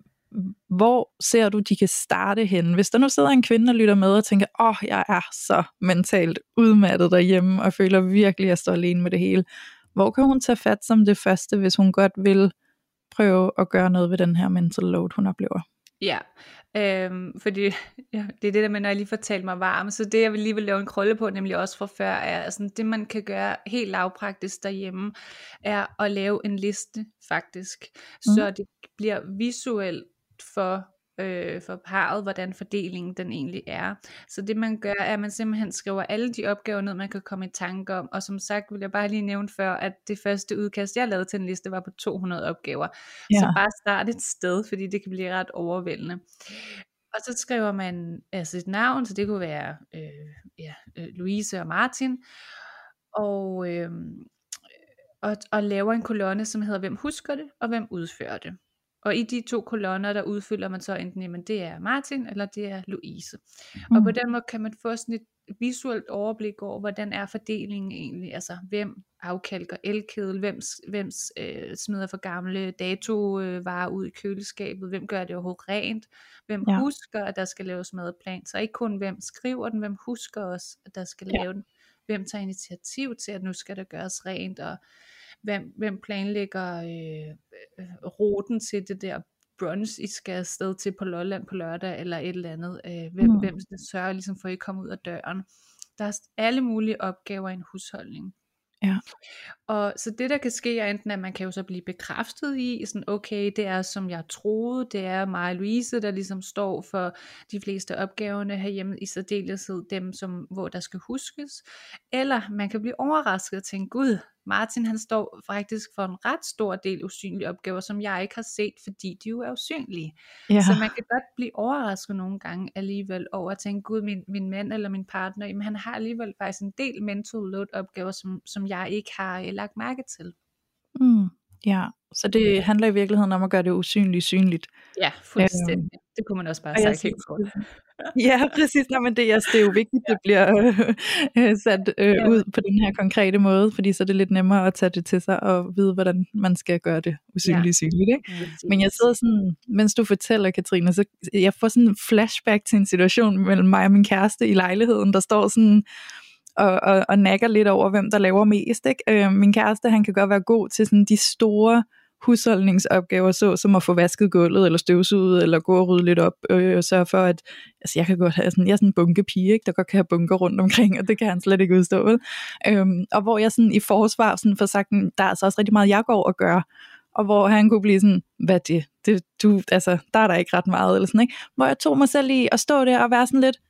hvor ser du, de kan starte henne? Hvis der nu sidder en kvinde og lytter med og tænker, åh, oh, jeg er så mentalt udmattet derhjemme, og føler virkelig, at jeg står alene med det hele. Hvor kan hun tage fat som det første, hvis hun godt vil prøve at gøre noget ved den her mental load, hun oplever? Ja, øhm, fordi ja, det er det der med, når jeg lige får talt mig varm, så det jeg vil lige vil lave en krølle på, nemlig også fra før, er altså, det man kan gøre helt lavpraktisk derhjemme, er at lave en liste faktisk, mm. så det bliver visuelt for øh, for parret, hvordan fordelingen den egentlig er. Så det man gør, er at man simpelthen skriver alle de opgaver ned, man kan komme i tanke om, og som sagt vil jeg bare lige nævne før, at det første udkast jeg lavede til en liste var på to hundrede opgaver. Ja. Så bare start et sted, fordi det kan blive ret overvældende. Og så skriver man altså et navn, så det kunne være øh, ja, øh, Louise og Martin, og, øh, og, og laver en kolonne, som hedder hvem husker det, og hvem udfører det. Og i de to kolonner, der udfylder man så enten, jamen det er Martin, eller det er Louise. Mm. Og på den måde kan man få sådan et visuelt overblik over, hvordan er fordelingen egentlig, altså hvem afkalker elkedel, hvem, hvem øh, smider for gamle datovarer øh, ud i køleskabet, hvem gør det overhovedet rent, hvem ja. husker, at der skal laves madplan, så ikke kun hvem skriver den, hvem husker også, at der skal ja. lave den, hvem tager initiativ til, at nu skal der gøres rent, og Hvem, hvem planlægger øh, øh, ruten til det der brunch, I skal afsted til på Lolland på lørdag, eller et eller andet. Øh, hvem, mm. hvem sørger ligesom for, at I kommer ud af døren. Der er alle mulige opgaver i en husholdning. Ja. Og så det der kan ske er enten, at man kan jo så blive bekræftet i, sådan okay, det er som jeg troede, det er mig og Louise, der ligesom står for de fleste opgaverne herhjemme, i særdeleshed dem, som, hvor der skal huskes. Eller man kan blive overrasket og tænke, gud, Martin han står faktisk for en ret stor del usynlige opgaver, som jeg ikke har set, fordi de jo er usynlige. Ja. Så man kan godt blive overrasket nogle gange alligevel over at tænke, gud, min, min mand eller min partner, jamen, han har alligevel faktisk en del mental load opgaver, som, som jeg ikke har uh, lagt mærke til. Mm, ja, så det handler i virkeligheden om at gøre det usynlige synligt. Ja, fuldstændig. Øhm, det kunne man også bare sige helt kort. Ja, præcis. Nej, men det, altså, det er jo vigtigt, at det bliver øh, sat øh, ja. ud på den her konkrete måde, fordi så er det lidt nemmere at tage det til sig og vide, hvordan man skal gøre det usynligt ja. synligt. Ikke? Ja, men jeg sidder sådan, mens du fortæller, Katrine, så jeg får sådan en flashback til en situation mellem mig og min kæreste i lejligheden, der står sådan og, og, og nakker lidt over, hvem der laver mest. Ikke? Øh, min kæreste, han kan godt være god til sådan de store husholdningsopgaver, så som at få vasket gulvet, eller støvsuget, eller gå og rydde lidt op, øh, og sørge for, at altså jeg kan godt have sådan, jeg er sådan en bunkepige, ikke, der godt kan have bunker rundt omkring, og det kan han slet ikke udstå, vel? Øhm, og hvor jeg sådan i forsvar sådan får sagt, der er altså også rigtig meget, jeg går og gør, og hvor han kunne blive sådan, hvad det, det du, altså, der er der ikke ret meget, eller sådan, ikke? Hvor jeg tog mig selv i at stå der og være sådan lidt,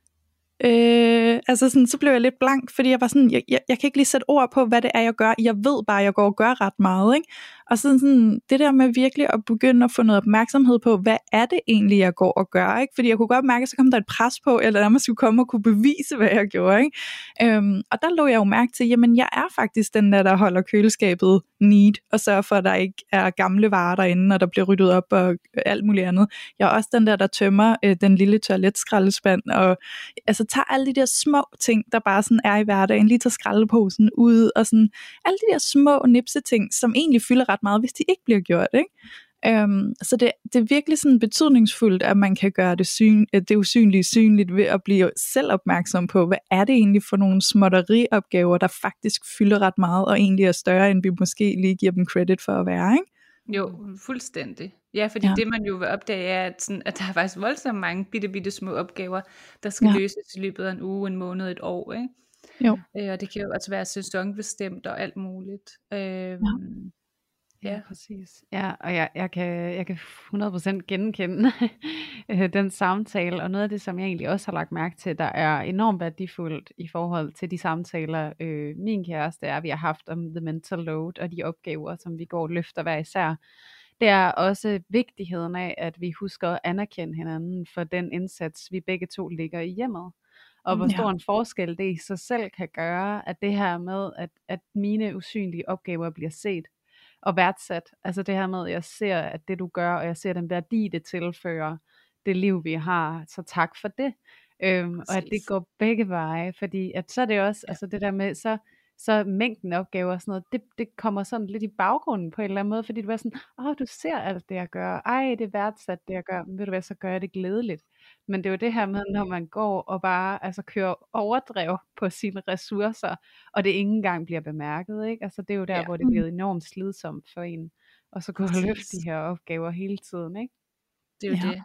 Øh, altså sådan, så blev jeg lidt blank, fordi jeg var sådan, jeg, jeg, jeg kan ikke lige sætte ord på, hvad det er, jeg gør. Jeg ved bare, at jeg går og gør ret meget, ikke? Og sådan, sådan, det der med virkelig at begynde at få noget opmærksomhed på, hvad er det egentlig, jeg går og gør, ikke? Fordi jeg kunne godt mærke, at så kom der et pres på, eller at man skulle komme og kunne bevise, hvad jeg gjorde, ikke? Øhm, og der lå jeg jo mærke til, jamen jeg er faktisk den der, der holder køleskabet neat, og sørger for, at der ikke er gamle varer derinde, og der bliver ryddet op og alt muligt andet. Jeg er også den der, der tømmer øh, den lille toiletskraldespand, og altså tager alle de der små ting, der bare sådan er i hverdagen, lige tager skraldeposen ud, og sådan alle de der små nipse ting, som egentlig fylder ret meget, hvis de ikke bliver gjort, ikke? Øhm, så det, det er virkelig sådan betydningsfuldt, at man kan gøre det, syn, det usynlige synligt ved at blive selv opmærksom på, hvad er det egentlig for nogle småtteriopgaver, der faktisk fylder ret meget, og egentlig er større, end vi måske lige giver dem credit for at være, ikke? Jo, fuldstændig. Ja, fordi ja. det man jo vil opdage er, at, sådan, at der er faktisk voldsomt mange bitte, bitte små opgaver, der skal ja. løses i løbet af en uge, en måned, et år, ikke? Jo. Øh, og det kan jo altså være sæsonbestemt og alt muligt. Øh, ja. Ja, præcis. Ja, og jeg, jeg, kan, jeg kan hundrede procent genkende den samtale, og noget af det, som jeg egentlig også har lagt mærke til, der er enormt værdifuldt i forhold til de samtaler, øh, min kæreste er, vi har haft om the mental load, og de opgaver, som vi går og løfter hver især. Det er også vigtigheden af, at vi husker at anerkende hinanden for den indsats, vi begge to ligger i hjemmet. Og hvor stor en forskel det i sig selv kan gøre, at det her med, at, at mine usynlige opgaver bliver set og værdsat. Altså det her med, at jeg ser, at det du gør, og jeg ser den værdi, det tilfører det liv, vi har. Så tak for det. Øhm, og at det går begge veje, fordi at så er det også, ja. altså det der med, så, så mængden af opgaver og sådan noget, det, det kommer sådan lidt i baggrunden på en eller anden måde, fordi du er sådan, åh, du ser alt det, jeg gør. Ej, det er værdsat, det jeg gør. Men ved du hvad, så gør jeg det glædeligt. Men det er jo det her med, når man går og bare altså kører overdrev på sine ressourcer, og det ikke engang bliver bemærket, ikke? Altså det er jo der, ja. hvor det bliver enormt slidsomt for en, og så gå og løfte de her opgaver hele tiden, ikke? Det er jo ja. det.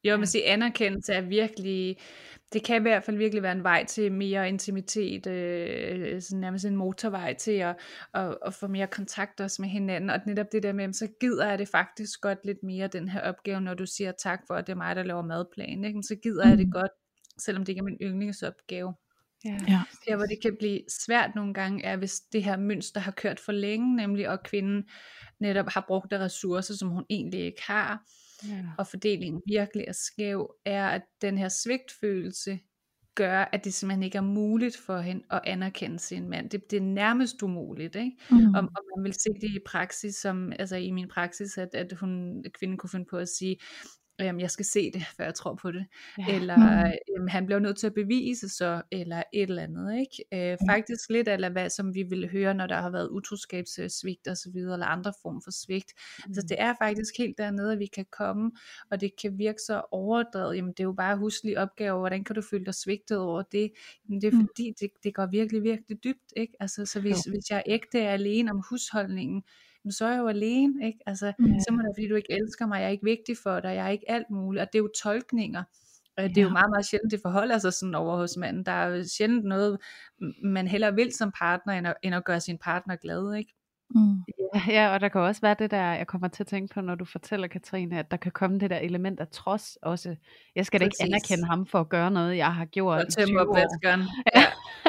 Jo, man siger, anerkendelse er virkelig, det kan i hvert fald virkelig være en vej til mere intimitet, øh, sådan nærmest en motorvej til at, at, at få mere kontakt også med hinanden, og netop det der med, så gider jeg det faktisk godt lidt mere, den her opgave, når du siger tak for, at det er mig, der laver madplan, ikke? Så gider mm. jeg det godt, selvom det ikke er min yndlingsopgave. Ja. Ja. Der hvor det kan blive svært nogle gange er, hvis det her mønster har kørt for længe, nemlig og kvinden netop har brugt de ressourcer, som hun egentlig ikke har, ja. Og fordelingen virkelig er skæv, er at den her svigtfølelse gør, at det simpelthen ikke er muligt for hende at anerkende sin mand. Det, det er nærmest umuligt, ikke? Mm. Og, og man vil se det i praksis, som, altså i min praksis, at, at hun, kvinden kunne finde på at sige, Jamen, jeg skal se det, før jeg tror på det, ja. Eller mm. jamen, han bliver nødt til at bevise så, eller et eller andet, ikke? Øh, mm. Faktisk lidt eller hvad, som vi ville høre, når der har været utroskabssvigt og så videre, eller andre form for svigt. Mm. Så det er faktisk helt dernede, at vi kan komme, og det kan virke så overdrevet. Jamen, det er jo bare huslige opgaver. Hvordan kan du føle dig svigtet over det? Jamen, det er mm. fordi, det, det går virkelig, virkelig dybt, ikke? Altså, så hvis, hvis jeg ægte er alene om husholdningen, så er jeg jo alene, ikke? Altså, ja. Så må det være, fordi du ikke elsker mig, jeg er ikke vigtig for dig, jeg er ikke alt muligt, og det er jo tolkninger, og det er jo meget, meget sjældent, det forholder sig sådan over hos manden. Der er jo sjældent noget, man hellere vil som partner, end at, end at gøre sin partner glad, ikke? Mm. Ja, ja, og der kan også være det der, jeg kommer til at tænke på, når du fortæller, Katrine, at der kan komme det der element af trods også. Jeg skal da ikke anerkende ham for at gøre noget, jeg har gjort og i tyve år. Ja.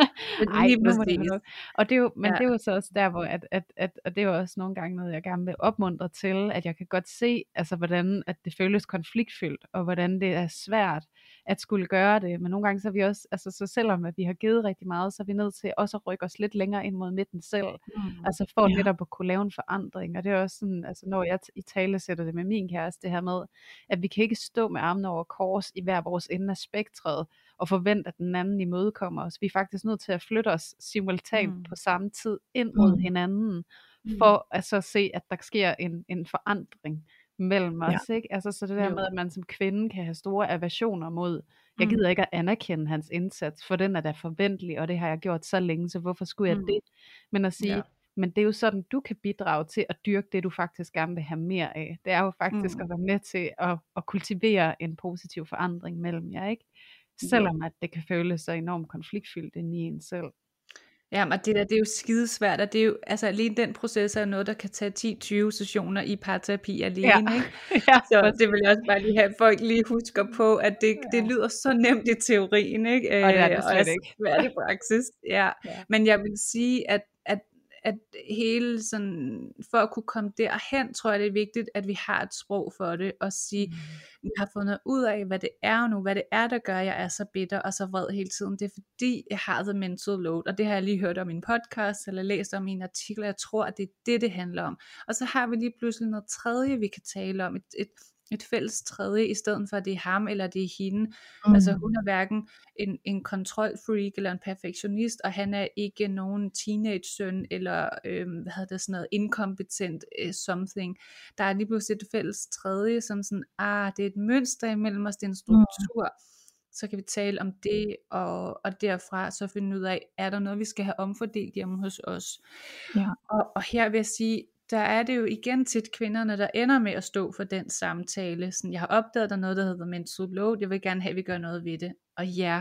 Ej, det og det er jo, men ja. det er jo så også der, hvor at, at, at, og det er jo også nogle gange noget, jeg gerne vil opmuntre til, at jeg kan godt se, altså hvordan at det føles konfliktfyldt, og hvordan det er svært at skulle gøre det, men nogle gange så er vi også, altså så selvom at vi har givet rigtig meget, så er vi nødt til også at rykke os lidt længere ind mod midten selv, mm. altså for ja. netop at kunne lave en forandring, og det er også sådan, altså når jeg i tale sætter det med min kæreste, det her med, at vi kan ikke stå med armene over kors i hver vores ende af spektret, og forvente, at den anden imødekommer os. Vi er faktisk nødt til at flytte os simultant mm. på samme tid ind mod mm. hinanden, for at så se, at der sker en, en forandring mellem os, ja. Ikke? Altså så det der jo. Med, at man som kvinde kan have store aversioner mod, jeg gider ikke at anerkende hans indsats, for den er da forventelig, og det har jeg gjort så længe, så hvorfor skulle jeg mm. det? Men at sige, ja. Men det er jo sådan, du kan bidrage til at dyrke det, du faktisk gerne vil have mere af. Det er jo faktisk mm. at være med til at, at kultivere en positiv forandring mellem jer, ikke? Selvom at det kan føles så enormt konfliktfyldt inde i en selv. Ja, og det der, det er jo skidesvært, og det er jo, altså alene den proces er noget, der kan tage ti til tyve sessioner i parterapi alene, ja. Ikke? Ja, så det vil jeg også bare lige have, folk lige husker på, at det, ja. Det lyder så nemt i teorien, ikke? Og det er det slet og ikke. svært i praksis, ja. Ja. Men jeg vil sige, at, at at hele sådan, for at kunne komme derhen, tror jeg det er vigtigt, at vi har et sprog for det, og sige, mm. vi har fundet ud af, hvad det er nu, hvad det er, der gør, at jeg er så bitter og så vred hele tiden. Det er fordi, jeg har the mental load, og det har jeg lige hørt om i en podcast, eller læst om i en artikel, og jeg tror, at det er det, det handler om. Og så har vi lige pludselig noget tredje, vi kan tale om, et, et et fælles tredje, i stedet for at det er ham, eller det er hende. Mm. Altså hun er hverken en, en kontrolfreak, eller en perfektionist, og han er ikke nogen teenage-søn, eller øh, hvad hedder det, sådan noget inkompetent uh, something. Der er lige pludselig et fælles tredje, som sådan, ah, det er et mønster imellem os, det er en struktur. Mm. Så kan vi tale om det, og, og derfra så finde ud af, er der noget, vi skal have omfordelt hjemme hos os. Ja. Og, og her vil jeg sige, der er det jo igen tit kvinderne, der ender med at stå for den samtale. Sådan, jeg har opdaget, der er noget, der hedder mental load. Jeg vil gerne have, at vi gør noget ved det. Og ja,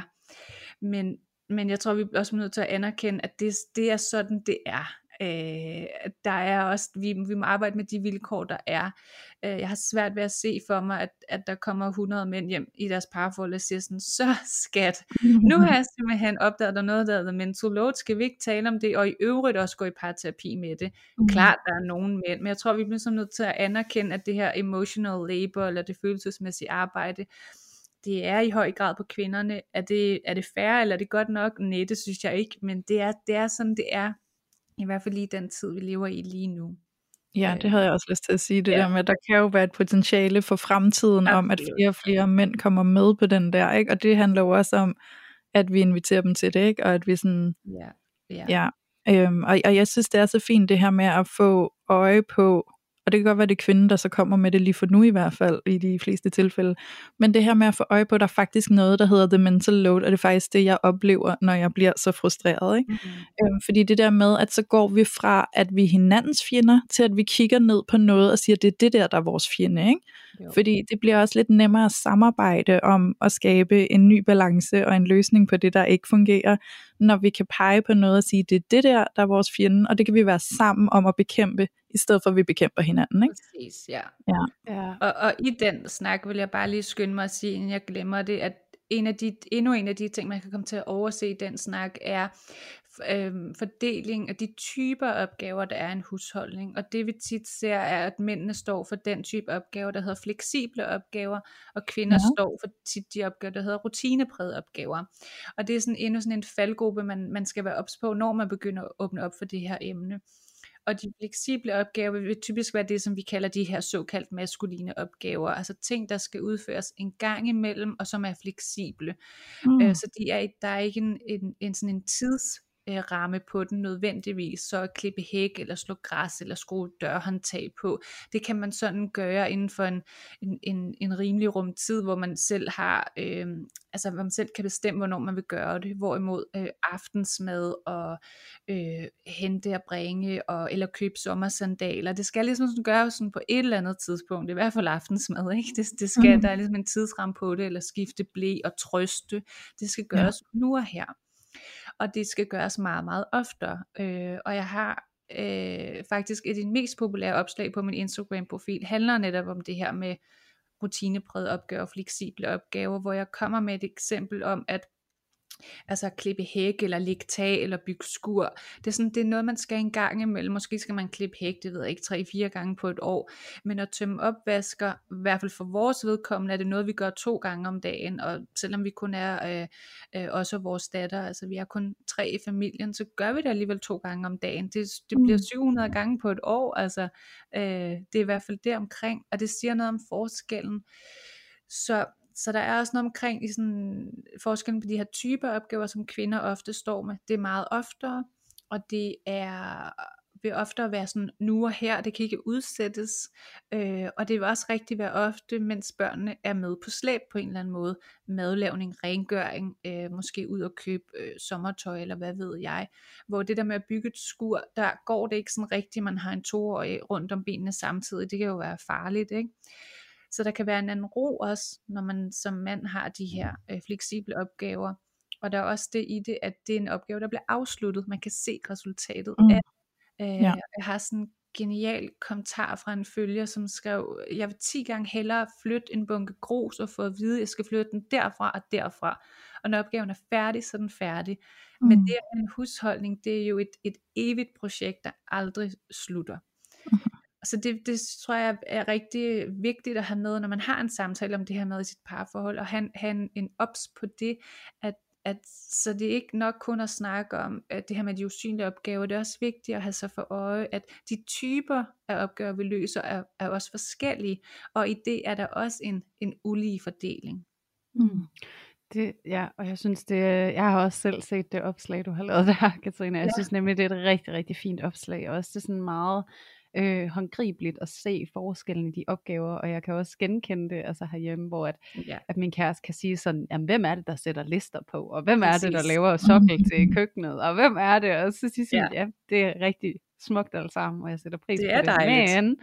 men, men jeg tror, vi også er nødt til at anerkende, at det, det er sådan, det er. Øh, der er også, vi, vi må arbejde med de vilkår, der er. Øh, jeg har svært ved at se for mig, at, at der kommer hundrede mænd hjem i deres parforhold og siger sådan, så skat, nu har jeg simpelthen opdaget, der er noget, der hedder mental load, skal vi ikke tale om det, og i øvrigt også gå i parterapi med det. Mm. Klart, der er nogen mænd, men jeg tror, vi bliver så nødt til at anerkende, at det her emotional labor, eller det følelsesmæssige arbejde, det er i høj grad på kvinderne. Er det, er det fair, eller er det godt nok? Nej, det synes jeg ikke, men det er, det er sådan, det er. I hvert fald lige den tid, vi lever i lige nu. Ja, det havde jeg også lyst til at sige, det ja. Der med, at der kan jo være et potentiale for fremtiden, ja, om at flere og flere mænd kommer med på den der, ikke? Og det handler jo også om, at vi inviterer dem til det, ikke? Og at vi sådan, ja, ja. ja øhm, og, og jeg synes, det er så fint det her med at få øje på, og det kan godt være, det er kvinden, der så kommer med det lige for nu i hvert fald, i de fleste tilfælde, men det her med at få øje på, der er faktisk noget, der hedder the mental load, og det er faktisk det, jeg oplever, når jeg bliver så frustreret, ikke? Mm-hmm. Øhm, fordi det der med, at så går vi fra, at vi er hinandens fjender, til at vi kigger ned på noget, og siger, det er det der, der er vores fjende, ikke? Jo. Fordi det bliver også lidt nemmere at samarbejde om at skabe en ny balance og en løsning på det, der ikke fungerer, når vi kan pege på noget og sige, det er det der, der er vores fjende, og det kan vi være sammen om at bekæmpe, i stedet for at vi bekæmper hinanden. Ikke? Præcis, ja. ja. ja. Og, og i den snak vil jeg bare lige skynde mig at sige, inden jeg glemmer det, at en af de, endnu en af de ting, man kan komme til at overse i den snak, er øhm, fordeling af de typer opgaver, der er i en husholdning. Og det vi tit ser, er, at mændene står for den type opgaver, der hedder fleksible opgaver, og kvinder ja. står for tit de opgaver, der hedder rutineprægede opgaver. Og det er sådan endnu sådan en faldgruppe, man, man skal være ops på, når man begynder at åbne op for det her emne. Og de fleksible opgaver vil typisk være det, som vi kalder de her såkaldt maskuline opgaver, altså ting, der skal udføres en gang imellem, og som er fleksible. Mm. Øh, så de er, der er ikke en, en, en sådan en tids ramme på den nødvendigvis, så at klippe hæk, eller slå græs, eller skrue dørhåndtag på, det kan man sådan gøre inden for en, en, en, en rimelig rum tid, hvor man selv har, øh, altså hvor man selv kan bestemme, hvornår man vil gøre det, hvorimod øh, aftensmad, og øh, hente og bringe, og, eller købe sommersandaler, det skal ligesom sådan gøres sådan på et eller andet tidspunkt, i hvert fald aftensmad, ikke? Det, det skal, mm. der er ligesom en tidsramme på det, eller skifte ble og trøste, det skal gøres ja. nu og her. Og det skal gøres meget, meget oftere. Øh, og jeg har øh, faktisk et af de mest populære opslag på min Instagram-profil, handler netop om det her med rutineprægede opgaver, fleksible opgaver, hvor jeg kommer med et eksempel om, at altså at klippe hæk, eller lægge tag, eller bygge skur, det er, sådan, det er noget man skal en gang imellem, måske skal man klippe hæk, det ved jeg ikke, tre-fire gange på et år, men at tømme opvasker, i hvert fald for vores vedkommende, er det noget vi gør to gange om dagen, og selvom vi kun er øh, øh, også vores datter, altså vi er kun tre i familien, så gør vi det alligevel to gange om dagen, det, det bliver syv hundrede gange på et år, altså øh, det er i hvert fald det omkring, og det siger noget om forskellen, så Så der er også noget omkring i sådan forskellen på de her typer opgaver, som kvinder ofte står med. Det er meget oftere, og det er vil ofte være sådan nu og her, det kan ikke udsættes, øh, og det vil også rigtig være ofte, mens børnene er med på slæb på en eller anden måde, madlavning, rengøring, øh, måske ud og købe øh, sommertøj, eller hvad ved jeg, hvor det der med at bygge et skur, der går det ikke sådan rigtigt, man har en toårig rundt om benene samtidig, det kan jo være farligt, ikke? Så der kan være en anden ro også, når man som mand har de her øh, fleksible opgaver. Og der er også det i det, at det er en opgave, der bliver afsluttet. Man kan se resultatet mm. af. Øh, ja. Jeg har sådan en genial kommentar fra en følger, som skrev, jeg vil ti gange hellere flytte en bunke grus, og få at vide, at jeg skal flytte den derfra og derfra. Og når opgaven er færdig, så er den færdig. Mm. Men det er en husholdning, det er jo et, et evigt projekt, der aldrig slutter. Mm. Så det, det tror jeg er rigtig vigtigt at have med, når man har en samtale om det her med i sit parforhold, og have, have en, en ops på det, at, at så det er ikke nok kun at snakke om at det her med de usynlige opgaver, det er også vigtigt at have sig for øje, at de typer af opgaver, vi løser, er, er også forskellige, og i det er der også en, en ulige fordeling. Mm. Det, ja, og jeg synes det, jeg har også selv set det opslag, du har lavet der, Katrine. Jeg ja. synes nemlig, det er et rigtig, rigtig fint opslag, og også det er sådan meget øh, håndgribeligt at se forskellen i de opgaver, og jeg kan også genkende det altså herhjemme, hvor at, ja. at min kæreste kan sige sådan, jamen hvem er det, der sætter lister på, og hvem Præcis. er det, der laver sokkel til køkkenet, og hvem er det, og så siger jeg, ja. ja, det er rigtig smukt alt sammen, og jeg sætter pris det på det. Dejligt. Men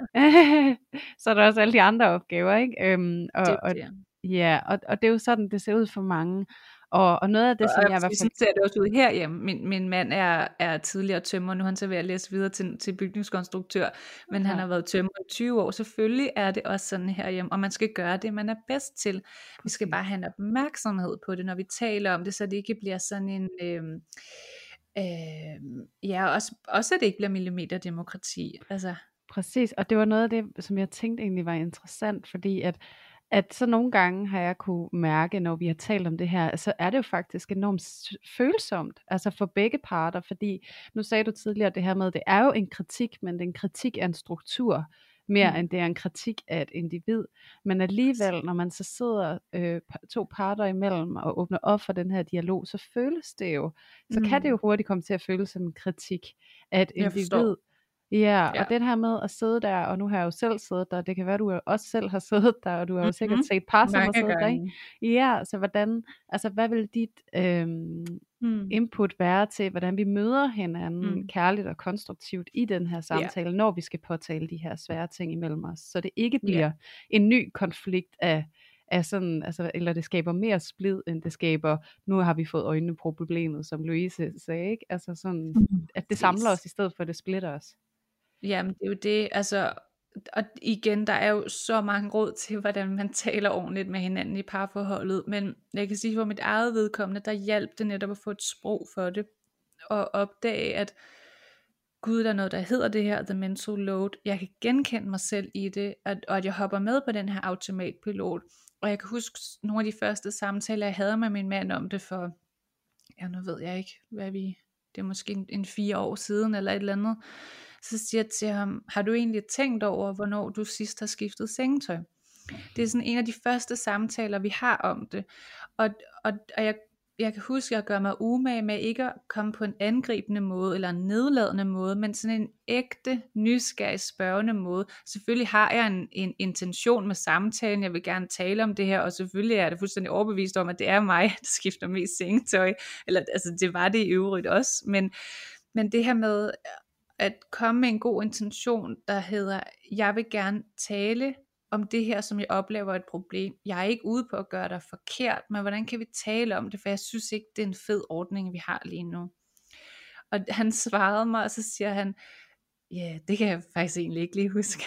ja. så er der også alle de andre opgaver, ikke? Øhm, og, det, og, ja. Ja, og, og det er jo sådan, det ser ud for mange. Og, og noget af det, og som jeg, jeg i hvert fald... ser det også ud herhjemme. Min, min mand er, er tidligere tømrer, nu er han så ved at læse videre til, til bygningskonstruktør, men okay. han har været tømrer i tyve år. Selvfølgelig er det også sådan herhjemme, og man skal gøre det, man er bedst til. Vi skal bare have en opmærksomhed på det, når vi taler om det, så det ikke bliver sådan en... Øh, øh, ja, også, også at det ikke bliver millimeterdemokrati. Altså. Præcis, og det var noget af det, som jeg tænkte egentlig var interessant, fordi at at så nogle gange har jeg kunne mærke, når vi har talt om det her, så er det jo faktisk enormt følsomt, altså for begge parter, fordi nu sagde du tidligere det her med, at det er jo en kritik, men det er en kritik af en struktur, mere mm. end det er en kritik af et individ, men alligevel, når man så sidder øh, to parter imellem og åbner op for den her dialog, så føles det jo, så mm. kan det jo hurtigt komme til at føles som en kritik af et individ, Ja, og Ja. den her med at sidde der, og nu har jeg jo selv siddet der, det kan være, du også selv har siddet der, og du har jo sikkert Mhm. set par, som har Mange siddet der, ikke? gange. Ja, så hvordan, altså hvad vil dit øhm, Mm. input være til, hvordan vi møder hinanden Mm. kærligt og konstruktivt i den her Ja. samtale, når vi skal påtale de her svære ting imellem os, så det ikke Ja. bliver en ny konflikt af, af sådan, altså, eller det skaber mere splid, end det skaber, nu har vi fået øjnene på problemet, som Louise sagde, ikke? Altså sådan, Mm. at det samler Præcis. os, i stedet for at det splitter os. Jamen det er jo det, altså, og igen, der er jo så mange råd til, hvordan man taler ordentligt med hinanden i parforholdet, men jeg kan sige for mit eget vedkommende, der hjalp det netop at få et sprog for det, og opdage, at gud, der er noget, der hedder det her, the mental load, jeg kan genkende mig selv i det, at, og at jeg hopper med på den her automatpilot, og jeg kan huske nogle af de første samtaler, jeg havde med min mand om det for, ja nu ved jeg ikke, hvad vi, det er måske en, en fire år siden, eller et eller andet, så siger jeg til ham, har du egentlig tænkt over, hvornår du sidst har skiftet sengetøj? Det er sådan en af de første samtaler, vi har om det. Og, og, og jeg, jeg kan huske, at jeg gør mig umage med ikke at komme på en angribende måde, eller en nedladende måde, men sådan en ægte, nysgerrig, spørgende måde. Selvfølgelig har jeg en, en intention med samtalen, jeg vil gerne tale om det her, og selvfølgelig er det fuldstændig overbevist om, at det er mig, der skifter mest sengetøj, eller altså det var det i øvrigt også, men, men det her med at komme med en god intention, der hedder, jeg vil gerne tale om det her, som jeg oplever et problem. Jeg er ikke ude på at gøre dig forkert, men hvordan kan vi tale om det, for jeg synes ikke, det er en fed ordning, vi har lige nu. Og han svarede mig, og så siger han, ja, yeah, det kan jeg faktisk egentlig ikke lige huske.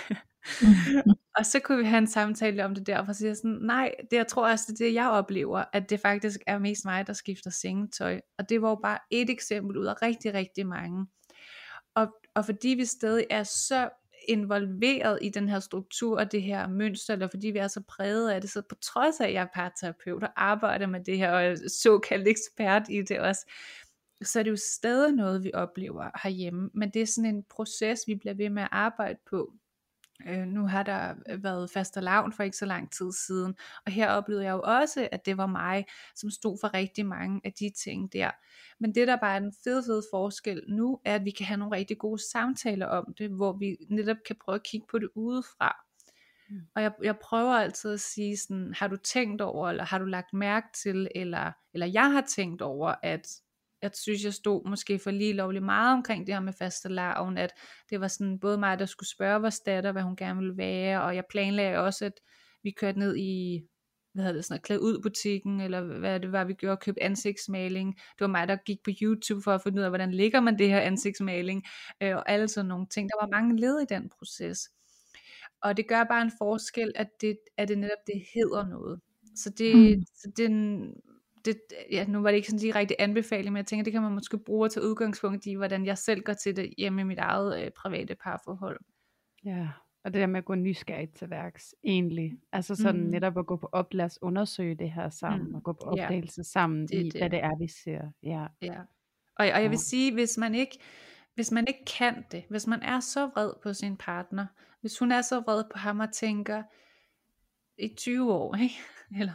Og så kunne vi have en samtale om det der, og så siger jeg sådan, nej, det jeg tror også, det er det, jeg oplever, at det faktisk er mest mig, der skifter sengetøj. Og det var jo bare et eksempel ud af rigtig, rigtig mange. Og, og fordi vi stadig er så involveret i den her struktur og det her mønster, eller fordi vi er så præget af det, så på trods af at jeg er parterapeut og arbejder med det her, og er såkaldt ekspert i det også, så er det jo stadig noget vi oplever herhjemme, men det er sådan en proces vi bliver ved med at arbejde på. Øh, nu har der været fastelavn for ikke så lang tid siden, og her oplevede jeg jo også, at det var mig, som stod for rigtig mange af de ting der. Men det der bare er den fede, fede forskel nu, er at vi kan have nogle rigtig gode samtaler om det, hvor vi netop kan prøve at kigge på det udefra. Mm. Og jeg, jeg prøver altid at sige sådan, har du tænkt over, eller har du lagt mærke til, eller, eller jeg har tænkt over, at jeg synes, jeg stod måske for lige lovligt meget omkring det her med fastelavn, at det var sådan både mig, der skulle spørge vores datter, hvad hun gerne ville være, og jeg planlagde også, at vi kørte ned i, hvad hedder det, sådan noget, klæde ud butikken, eller hvad det var, vi gjorde, købe ansigtsmaling. Det var mig, der gik på YouTube for at finde ud af, hvordan ligger man det her ansigtsmaling, øh, og alle sådan nogle ting. Der var mange led i den proces. Og det gør bare en forskel, at det, at det netop det hedder noget. Så det, mm. så den... Det, ja, nu var det ikke sådan direkte anbefaling, men jeg tænker, det kan man måske bruge til udgangspunkt i, hvordan jeg selv går til det hjemme i mit eget øh, private parforhold. Ja, og det der med at gå nysgerrigt til værks, egentlig. Altså sådan mm. netop at gå på op, lad os undersøge det her sammen, mm. og gå på opdagelse ja, sammen det, i, det. hvad det er, vi ser. Ja. Ja. Og, og jeg vil sige, hvis man ikke, hvis man ikke kan det, hvis man er så vred på sin partner, hvis hun er så vred på ham og tænker, i tyve år, ikke? Eller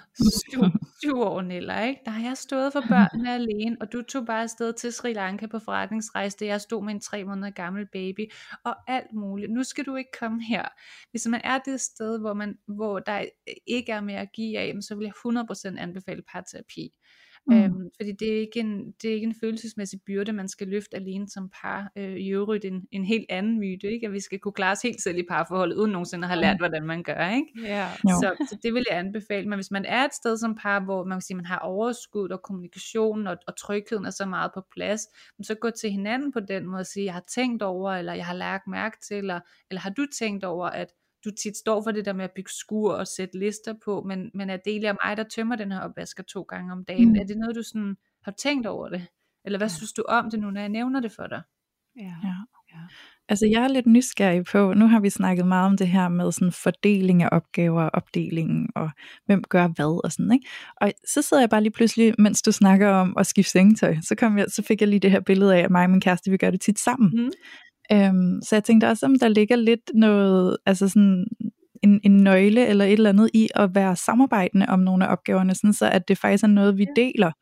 syv år, Nella, ikke? Der har jeg stået for børnene alene, og du tog bare afsted til Sri Lanka på forretningsrejse, da jeg stod med en tre måneder gammel baby, og alt muligt. Nu skal du ikke komme her. Hvis man er det sted, hvor, man, hvor der ikke er mere at give af, så vil jeg hundrede procent anbefale parterapi. Mm. Øhm, fordi det er, ikke en, det er ikke en følelsesmæssig byrde, man skal løfte alene som par. Øh, I øvrigt en, en helt anden myte, ikke? At vi skal kunne klare os helt selv i parforholdet, uden nogensinde at have lært, hvordan man gør, ikke? Yeah. Så, så det vil jeg anbefale. Men hvis man er et sted som par, hvor man kan sige, man har overskud og kommunikation og, og trygheden er så meget på plads, så gå til hinanden på den måde og sige, jeg har tænkt over, eller jeg har lagt mærke til, eller, eller har du tænkt over, at du tit står for det der med at bygge skur og sætte lister på, men, men er det af mig, der tømmer den her opvasker to gange om dagen? Mm. Er det noget, du sådan har tænkt over det? Eller hvad ja. synes du om det nu, når jeg nævner det for dig? Ja. Ja. Ja. Altså jeg er lidt nysgerrig på, nu har vi snakket meget om det her med sådan fordeling af opgaver, opdelingen og hvem gør hvad og sådan, ikke? Og så sidder jeg bare lige pludselig, mens du snakker om at skifte sengetøj, så, kom jeg, så fik jeg lige det her billede af, at mig og min kæreste, vi gør det tit sammen. Mm. Øhm, så jeg tænkte også, om der ligger lidt noget, altså sådan en, en nøgle eller et eller andet i at være samarbejdende om nogle af opgaverne, sådan så at det faktisk er noget, vi deler,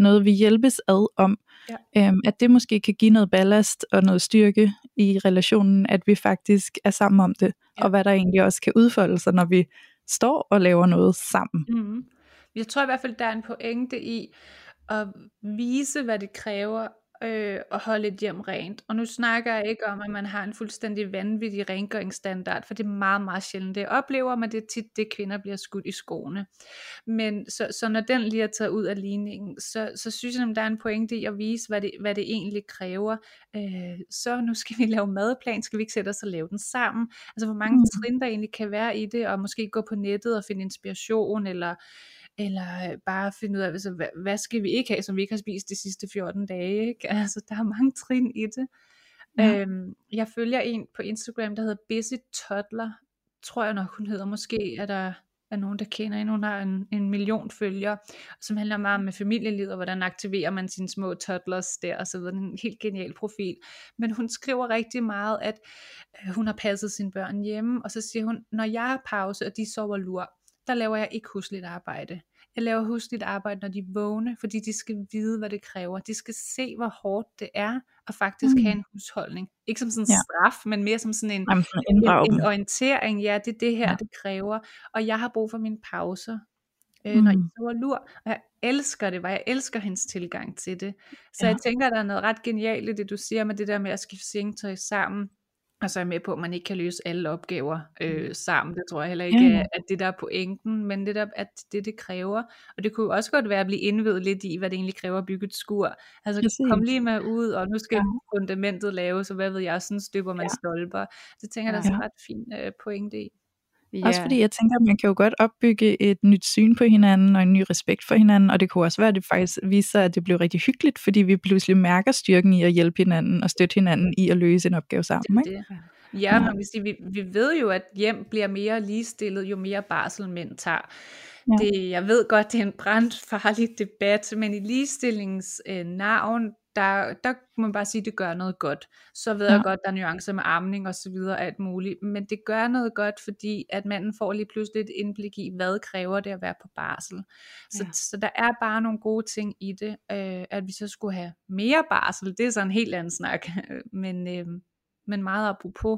noget vi hjælpes ad om, ja. øhm, at det måske kan give noget ballast og noget styrke i relationen, at vi faktisk er sammen om det, ja. Og hvad der egentlig også kan udfolde sig, når vi står og laver noget sammen. Mm-hmm. Jeg tror i hvert fald, der er en pointe i at vise, hvad det kræver øh, at holde et hjem rent. Og nu snakker jeg ikke om, at man har en fuldstændig vanvittig rengøringsstandard, for det er meget, meget sjældent det oplever, men det er tit det, kvinder bliver skudt i skoene. Men så, så når den lige er taget ud af ligningen, så, så synes jeg, at der er en pointe i at vise, hvad det, hvad det egentlig kræver. Øh, så nu skal vi lave madplan, skal vi ikke sætte os og lave den sammen? Altså hvor mange mm. trin der egentlig kan være i det, og måske gå på nettet og finde inspiration, eller eller bare finde ud af, altså, hvad, hvad skal vi ikke have, som vi ikke har spist de sidste fjorten dage, ikke? Altså, der er mange trin i det. Ja. Øhm, jeg følger en på Instagram, der hedder Busy Toddler, tror jeg nok hun hedder, måske er der er nogen, der kender hende, hun har en, en million følgere, som handler meget om familielivet, og hvordan aktiverer man sine små toddlers der, og så videre, en helt genial profil, men hun skriver rigtig meget, at øh, hun har passet sine børn hjemme, og så siger hun, når jeg har pause, og de sover lur, der laver jeg ikke husligt arbejde. Jeg laver husligt arbejde, når de er vågne, fordi de skal vide, hvad det kræver. De skal se, hvor hårdt det er, at faktisk mm. have en husholdning. Ikke som sådan en ja. straf, men mere som sådan en, Jamen, en, en orientering. Ja, det er det her, ja. det kræver. Og jeg har brug for mine pauser, øh, mm. når jeg sover lur. Og jeg elsker det, og jeg elsker hendes tilgang til det. Så ja. jeg tænker, der er noget ret genialt i det, du siger med det der med at skifte sengetøj sammen. Og så er jeg med på, at man ikke kan løse alle opgaver øh, sammen. Det tror jeg heller ikke, mm. at det der er pointen, men det der, at det det kræver. Og det kunne jo også godt være at blive indvidet lidt i, hvad det egentlig kræver at bygge et skur. Altså Præcis. kom lige med ud, og nu skal ja. fundamentet laves, og hvad ved jeg, sådan støber man ja. stolper. Så tænker jeg, der er så ret fin øh, pointe i. Yeah. Også fordi jeg tænker, at man kan jo godt opbygge et nyt syn på hinanden, og en ny respekt for hinanden, og det kunne også være, at det faktisk viser, at det blev rigtig hyggeligt, fordi vi pludselig mærker styrken i at hjælpe hinanden, og støtte hinanden i at løse en opgave sammen. Det, det. Ja, man vil sige, vi, vi ved jo, at hjem bliver mere ligestillet, jo mere barsel mænd tager. Ja. Det, jeg ved godt, det er en brandfarlig debat, men i ligestillingens øh, navn, Der, der må man bare sige, at det gør noget godt. Så ved ja. jeg godt, der er nuancer med amning og så videre, alt muligt. Men det gør noget godt, fordi at manden får lige pludselig et indblik i, hvad kræver det at være på barsel. Så, ja. så der er bare nogle gode ting i det. Øh, at vi så skulle have mere barsel, det er så en helt anden snak. men, øh, men meget apropos.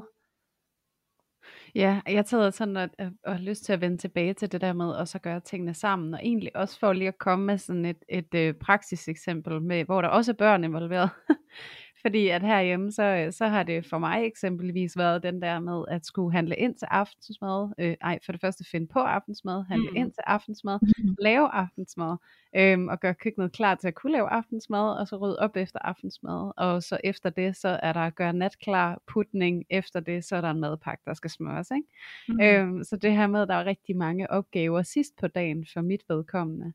Ja, jeg tager sådan at, at, at lyst til at vende tilbage til det der med at så gøre tingene sammen, og egentlig også for lige at komme med sådan et, et, et praksiseksempel med, hvor der også er børn involveret. Fordi at herhjemme, så, så har det for mig eksempelvis været den der med at skulle handle ind til aftensmad. Øh, ej, for det første finde på aftensmad, handle mm. ind til aftensmad, mm. lave aftensmad, øhm, og gøre køkkenet klar til at kunne lave aftensmad, og så rydde op efter aftensmad. Og så efter det, så er der at gøre natklar putning. Efter det, så er der en madpakke, der skal smøres. Ikke? Mm. Øhm, så det her med, at der er rigtig mange opgaver sidst på dagen for mit vedkommende.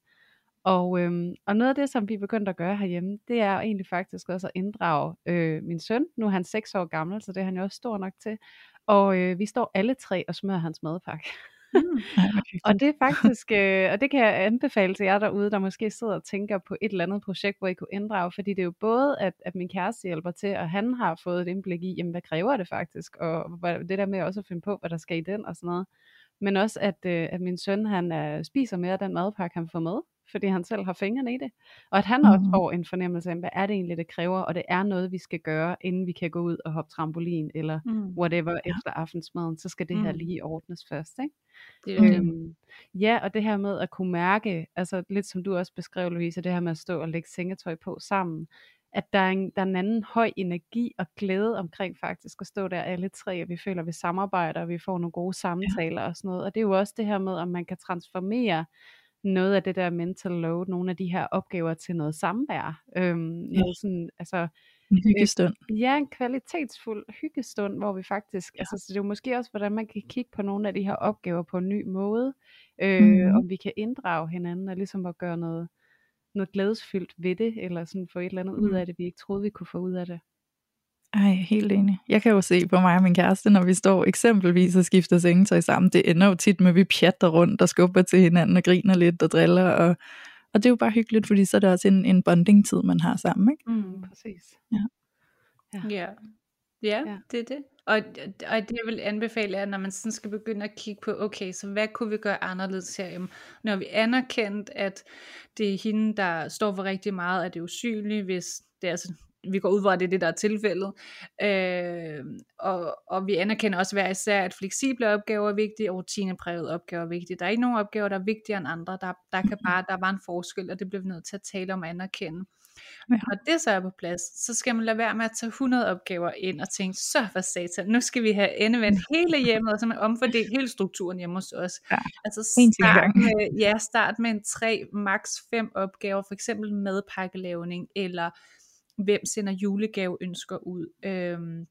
Og, øhm, og noget af det, som vi er begyndt at gøre herhjemme, det er egentlig faktisk også at inddrage øh, min søn. Nu er han seks år gammel, så det er han jo også stor nok til. Og øh, vi står alle tre og smører hans madpakke. Mm. Og det er faktisk, øh, og det kan jeg anbefale til jer derude, der måske sidder og tænker på et eller andet projekt, hvor I kunne inddrage, fordi det er jo både, at, at min kæreste hjælper til, og han har fået et indblik i, jamen hvad kræver det faktisk, og det der med også at finde på, hvad der skal i den og sådan noget. Men også, at, øh, at min søn, han øh, spiser mere af den madpakke, han får med, fordi han selv har fingrene i det. Og at han mm. også får en fornemmelse af, hvad er det egentlig, det kræver, og det er noget, vi skal gøre, inden vi kan gå ud og hoppe trampolin, eller mm. whatever, ja. efter aftensmaden, så skal det mm. her lige ordnes først. Ikke? Det er øhm, ja, og det her med at kunne mærke, altså lidt som du også beskrev, Louise, det her med at stå og lægge sengetøj på sammen, at der er, en, der er en anden høj energi og glæde omkring faktisk at stå der alle tre, og vi føler, at vi samarbejder, og vi får nogle gode samtaler ja. og sådan noget. Og det er jo også det her med, om man kan transformere noget af det der mental load, nogle af de her opgaver til noget samvær. Øhm, ja. noget sådan, altså, en hyggestund. Ja, en kvalitetsfuld hyggestund, hvor vi faktisk, ja. altså så det er jo måske også, hvordan man kan kigge på nogle af de her opgaver på en ny måde, øh, mm. om vi kan inddrage hinanden, og ligesom at gøre noget, noget glædesfyldt ved det, eller sådan få et eller andet mm. ud af det, vi ikke troede, vi kunne få ud af det. Ej, helt enig. Jeg kan jo se på mig og min kæreste, når vi står eksempelvis og skifter sengetøj sammen, det ender jo tit med, at vi pjatter rundt og skubber til hinanden og griner lidt og driller, og, og det er jo bare hyggeligt, fordi så er det også en, en bonding-tid, man har sammen, ikke? Mm, præcis. Ja. Ja. Ja. Ja, det er det. og, og det jeg vil anbefale er, når man sådan skal begynde at kigge på, okay, så hvad kunne vi gøre anderledes herhjemme? Når vi anerkendt, at det er hende, der står for rigtig meget af det usynlige, hvis det er altså, vi går ud fra, at det er det, der er tilfældet. Øh, og, og vi anerkender også hver især, at fleksible opgaver er vigtige, og rutineprægede opgaver er vigtige. Der er ikke nogen opgaver, der er vigtigere end andre. Der, der, kan bare, der er bare en forskel, og det bliver vi nødt til at tale om og anerkende. Ja. Når det så er på plads, så skal man lade være med at tage hundrede opgaver ind og tænke, så for satan, nu skal vi have endevendt hele hjemmet, og så man omfordelt hele strukturen hjemme hos os. Ja. Altså start med, ja, start med en tre, maks fem opgaver, for eksempel madpakkelavning, eller hvem sender julegaveønsker ud, øhm,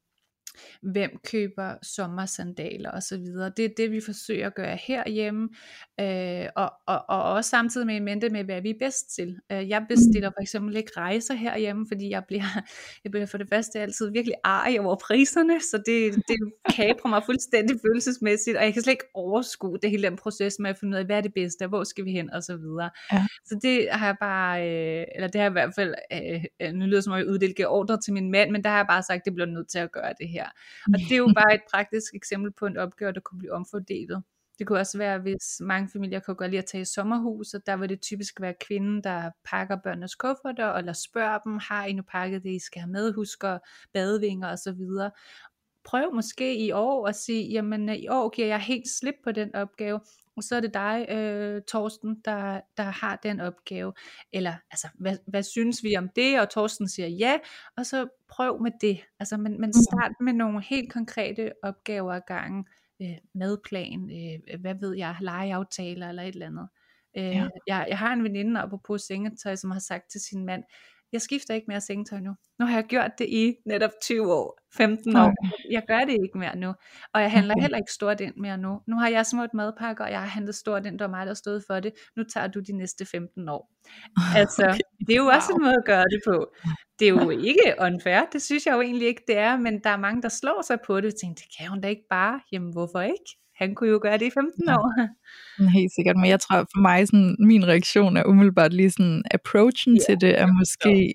hvem køber sommersandaler og så videre. Det er det vi forsøger at gøre herhjemme, øh, og, og, og også samtidig med i mente med hvad vi er bedst til. øh, Jeg bestiller for eksempel ikke rejser herhjemme, fordi jeg bliver, jeg bliver for det første altid virkelig arg over priserne, så det, det kaprer mig fuldstændig følelsesmæssigt, og jeg kan slet ikke overskue det hele den proces med at finde ud af, hvad er det bedste, hvor skal vi hen og så videre. Ja. Så det har jeg bare, øh, eller det har jeg i hvert fald, øh, nu lyder det som om jeg uddelte ordre til min mand, men der har jeg bare sagt, at det bliver nødt til at gøre det her. Og det er jo bare et praktisk eksempel på en opgave, der kunne blive omfordelt. Det kunne også være, hvis mange familier kan godt lide at tage i sommerhus, og der vil det typisk være kvinden, der pakker børnenes kufferter, eller spørger dem, har I nu pakket det, I skal have med, husker badevinger og så videre. Prøv måske i år at sige, jamen i år giver jeg helt slip på den opgave, og så er det dig, øh, Torsten, der, der har den opgave. Eller, altså, hvad, hvad synes vi om det? Og Torsten siger ja, og så prøv med det. Altså, men, men start med nogle helt konkrete opgaver ad gangen. Øh, madplan, øh, hvad ved jeg, legeaftaler eller et eller andet. Øh, ja. jeg, jeg har en veninde oppe på sengetøj, som har sagt til sin mand, jeg skifter ikke mere sengetøj nu. Nu har jeg gjort det i netop tyve år, femten år. Okay. Jeg gør det ikke mere nu. Og jeg handler okay. heller ikke stort ind mere nu. Nu har jeg små et madpakker, og jeg har handlet stort ind. Det var mig, der stod for det. Nu tager du de næste femten år. Altså, okay. Det er jo også wow. en måde at gøre det på. Det er jo ikke unfair. Det synes jeg jo egentlig ikke, det er. Men der er mange, der slår sig på det. Og tænker, det kan hun da ikke bare. Jamen, hvorfor ikke? Han kunne jo gøre det i femten ja. år. Helt sikkert, men jeg tror for mig, sådan, min reaktion er umiddelbart lige sådan, approachen ja, til det er måske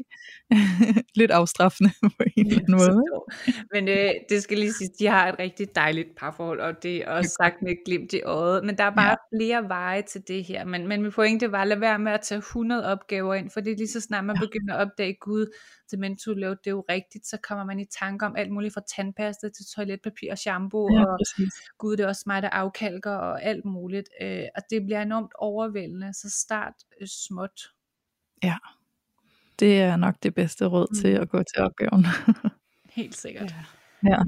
lidt afstraffende på en eller anden måde. Men øh, det skal lige sige, de har et rigtig dejligt parforhold, og det er også sagt med et glimt i øjet, men der er bare ja. flere veje til det her. Men, men min pointe var, at lade være med at tage hundrede opgaver ind, for det er lige så snart man ja. begynder at opdage, Gud, til mental load, det er jo rigtigt, så kommer man i tanke om alt muligt fra tandpasta til toiletpapir og shampoo, ja, og præcis. Gud, det er også mig, der afkalker og alt muligt, øh, og det bliver enormt overvældende, så start øh, småt. Ja, det er nok det bedste råd mm. til at gå til opgaven. Helt sikkert. Ja. ja.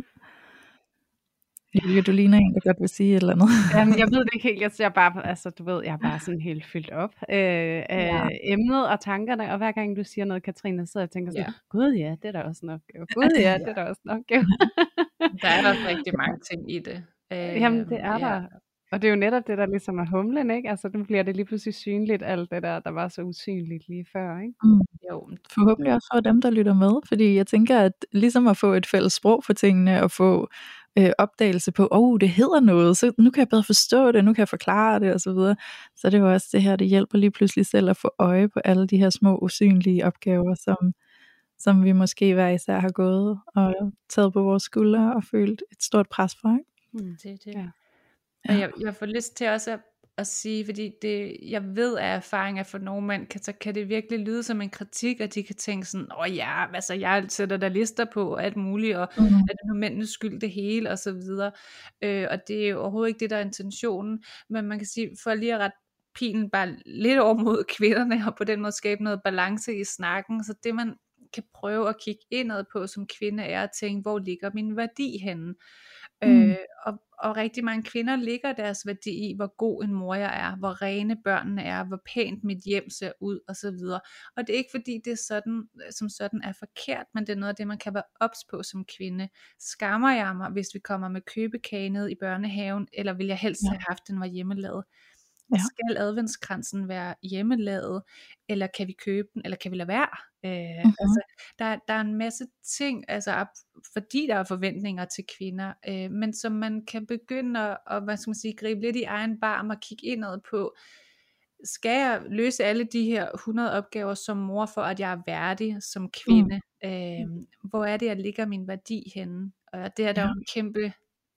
Julia, du ligner en, der godt vil sige et eller andet. Jamen, jeg ved det ikke helt. Jeg ser bare, altså, du ved, jeg er bare sådan helt fyldt op øh, af ja. emnet og tankerne, og hver gang du siger noget, Katrine, så jeg tænker sådan, ja. Gud ja, det er da også en opgave. Gud ja, det er da også en opgave. Der er også rigtig mange ting i det. Øh, Jamen, det er ja. der. Og det er jo netop det, der ligesom er humlen, ikke? Altså, nu bliver det lige pludselig synligt, alt det der, der var så usynligt lige før, ikke? Mm. Jo, forhåbentlig også for dem, der lytter med, fordi jeg tænker, at ligesom at få et fælles sprog for tingene, og få øh, opdagelse på, åh, oh, det hedder noget, så nu kan jeg bedre forstå det, nu kan jeg forklare det, og så videre. Så det var også det her, det hjælper lige pludselig selv at få øje på alle de her små, usynlige opgaver, som, som vi måske hver især har gået og taget på vores skuldre og følt et stort pres for, ikke? Mm, det, det. Ja. Og jeg, jeg får lyst til også at, at sige, fordi det, jeg ved af erfaring, at for nogle mænd kan, så kan det virkelig lyde som en kritik, at de kan tænke sådan, åh ja, altså jeg sætter der lister på alt muligt, og mm. er det nu mændenes skyld det hele, og så videre. Øh, og det er jo overhovedet ikke det, der er intentionen, men man kan sige, for lige at rette pilen bare lidt over mod kvinderne, og på den måde skabe noget balance i snakken, så det man kan prøve at kigge indad på som kvinde, er at tænke, hvor ligger min værdi henne? Mm. Øh, og, og rigtig mange kvinder ligger deres værdi i, hvor god en mor jeg er, hvor rene børnene er, hvor pænt mit hjem ser ud, og så videre. Og det er ikke fordi det er sådan, som sådan er forkert, men det er noget af det, man kan være ops på som kvinde. Skammer jeg mig, hvis vi kommer med købekage ned i børnehaven, eller vil jeg helst ja. have haft, den var hjemmelavet? Ja. Skal adventskransen være hjemmelavet, eller kan vi købe den, eller kan vi lade være? Øh, uh-huh. altså, der, der er en masse ting, altså, fordi der er forventninger til kvinder, øh, men som man kan begynde at, og, hvad skal man sige, gribe lidt i egen barm og kigge indad på. Skal jeg løse alle de her hundrede opgaver som mor, for at jeg er værdig som kvinde? Mm. Øh, hvor er det, jeg ligger min værdi henne? Og det er der Ja. jo en kæmpe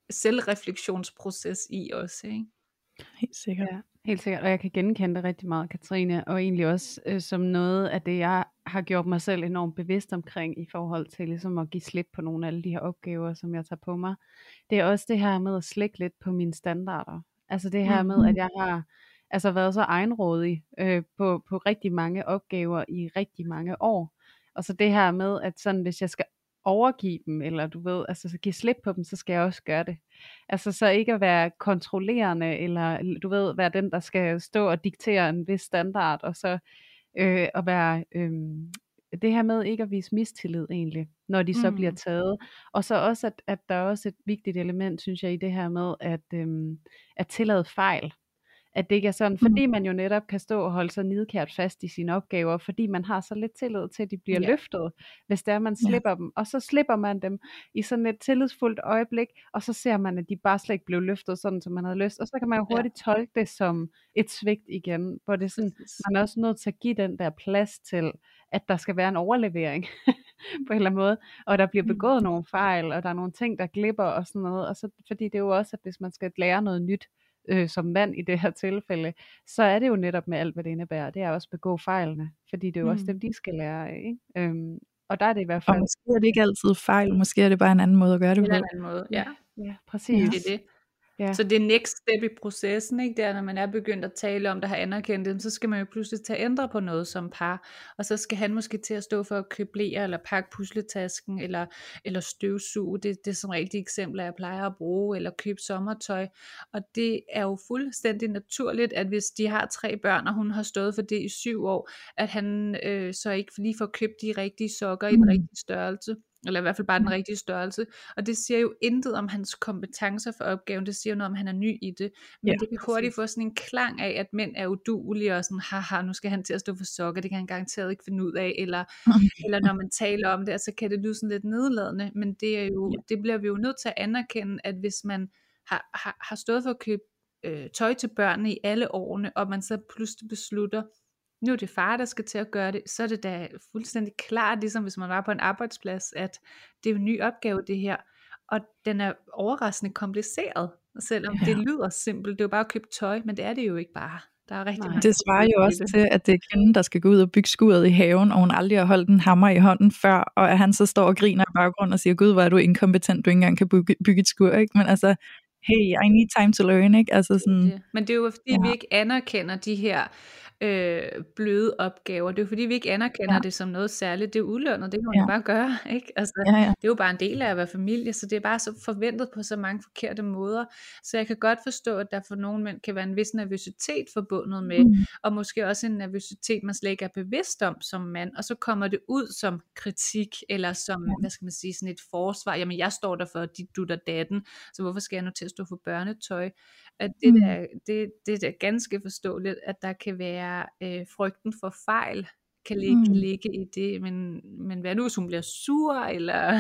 selvrefleksionsproces i også, ikke? Helt sikkert. Ja, helt sikkert, og jeg kan genkende det rigtig meget, Katrine, og egentlig også øh, som noget af det, jeg har gjort mig selv enormt bevidst omkring, i forhold til ligesom at give slip på nogle af alle de her opgaver, som jeg tager på mig. Det er også det her med at slække lidt på mine standarder. Altså det her Mm. med, at jeg har altså været så egenrådig øh, på, på rigtig mange opgaver i rigtig mange år. Og så det her med, at sådan, hvis jeg skal overgive dem, eller du ved, altså så give slip på dem, så skal jeg også gøre det. Altså så ikke at være kontrollerende, eller du ved, være den, der skal stå og diktere en vis standard, og så øh, at være øh, det her med ikke at vise mistillid egentlig, når de så Mm. bliver taget. Og så også, at, at der er også et vigtigt element, synes jeg, i det her med, at, øh, at tillade fejl. At det ikke er sådan, fordi man jo netop kan stå og holde sig nidkært fast i sine opgaver, fordi man har så lidt tillid til, at de bliver Ja. løftet, hvis det er, man Ja. slipper dem. Og så slipper man dem i sådan et tillidsfuldt øjeblik, og så ser man, at de bare slet ikke blev løftet, sådan som man havde lyst. Og så kan man jo Ja. hurtigt tolke det som et svigt igen, hvor det er sådan, Præcis. man er også nødt til at give den der plads til, at der skal være en overlevering på en eller anden måde, og der bliver Mm. begået nogle fejl, og der er nogle ting, der glipper og sådan noget. Og så, fordi det er jo også, at hvis man skal lære noget nyt, øh, som mand i det her tilfælde, så er det jo netop med alt, hvad det indebærer. Det er også at begå fejlene, fordi det er jo Mm. også dem, de skal lære af. Ikke? Øhm, og der er det i hvert Og fald... måske er det ikke altid fejl, måske er det bare en anden måde at gøre det Eller på. en anden måde, ja. Ja, Ja. præcis. Det er det. Ja. Så det next step i processen, ikke, det er, når man er begyndt at tale om det, har anerkendt det, så skal man jo pludselig tage ændre på noget som par, og så skal han måske til at stå for at købe bleer, eller pakke pusletasken, eller, eller støvsuge, det, det er som regel de eksempler, jeg plejer at bruge, eller købe sommertøj, og det er jo fuldstændig naturligt, at hvis de har tre børn, og hun har stået for det i syv år, at han øh, så ikke lige får købt de rigtige sokker i den Mm. rigtige størrelse, eller i hvert fald bare den rigtige størrelse, og det siger jo intet om hans kompetencer for opgaven, det siger jo noget om, han er ny i det, men Ja, det kan hurtigt få sådan en klang af, at mænd er uduelige, og sådan, haha, nu skal han til at stå for sokker, det kan han garanteret ikke finde ud af, eller, eller når man taler om det, så kan det lyde sådan lidt nedladende, men det er jo, Ja. det bliver vi jo nødt til at anerkende, at hvis man har, har, har stået for at købe øh, tøj til børnene i alle årene, og man så pludselig beslutter, nu er det far, der skal til at gøre det, så er det da fuldstændig klart, ligesom hvis man var på en arbejdsplads, at det er en ny opgave det her, og den er overraskende kompliceret, selvom Ja. det lyder simpelt, det er jo bare at købe tøj, men det er det jo ikke bare. Der er rigtig Nej. mange Det svarer jo komplekser i også det. til, at det er kvinden, der skal gå ud og bygge skuret i haven, og hun aldrig har holdt en hammer i hånden før, og at han så står og griner i baggrunden og siger, gud, hvor er du inkompetent, du ikke engang kan bygge, bygge et skur, ikke? Men altså, hey, I need time to learn, ikke? Altså sådan, Det. Men det er jo fordi, Ja. vi ikke anerkender de her øh, bløde opgaver. Det er jo fordi, vi ikke anerkender Ja. det som noget særligt. Det er udlånet, det kan man jo Ja. bare gøre. Ikke? Altså, ja, ja. det er jo bare en del af at være familie, så det er bare så forventet på så mange forkerte måder. Så jeg kan godt forstå, at der for nogle mænd kan være en vis nervøsitet forbundet med, Mm. og måske også en nervøsitet, man slet ikke er bevidst om som mand, og så kommer det ud som kritik, eller som, Ja. hvad skal man sige, sådan et forsvar. Jamen, jeg står der for dit, dut og datten, så hvorfor skal jeg nu til at stå for børnetøj? At det, Mm. der, det, det er da ganske forståeligt, at der kan være øh, frygten for fejl, kan ligge, Mm. kan ligge i det, men, men hvad nu, hvis hun bliver sur, eller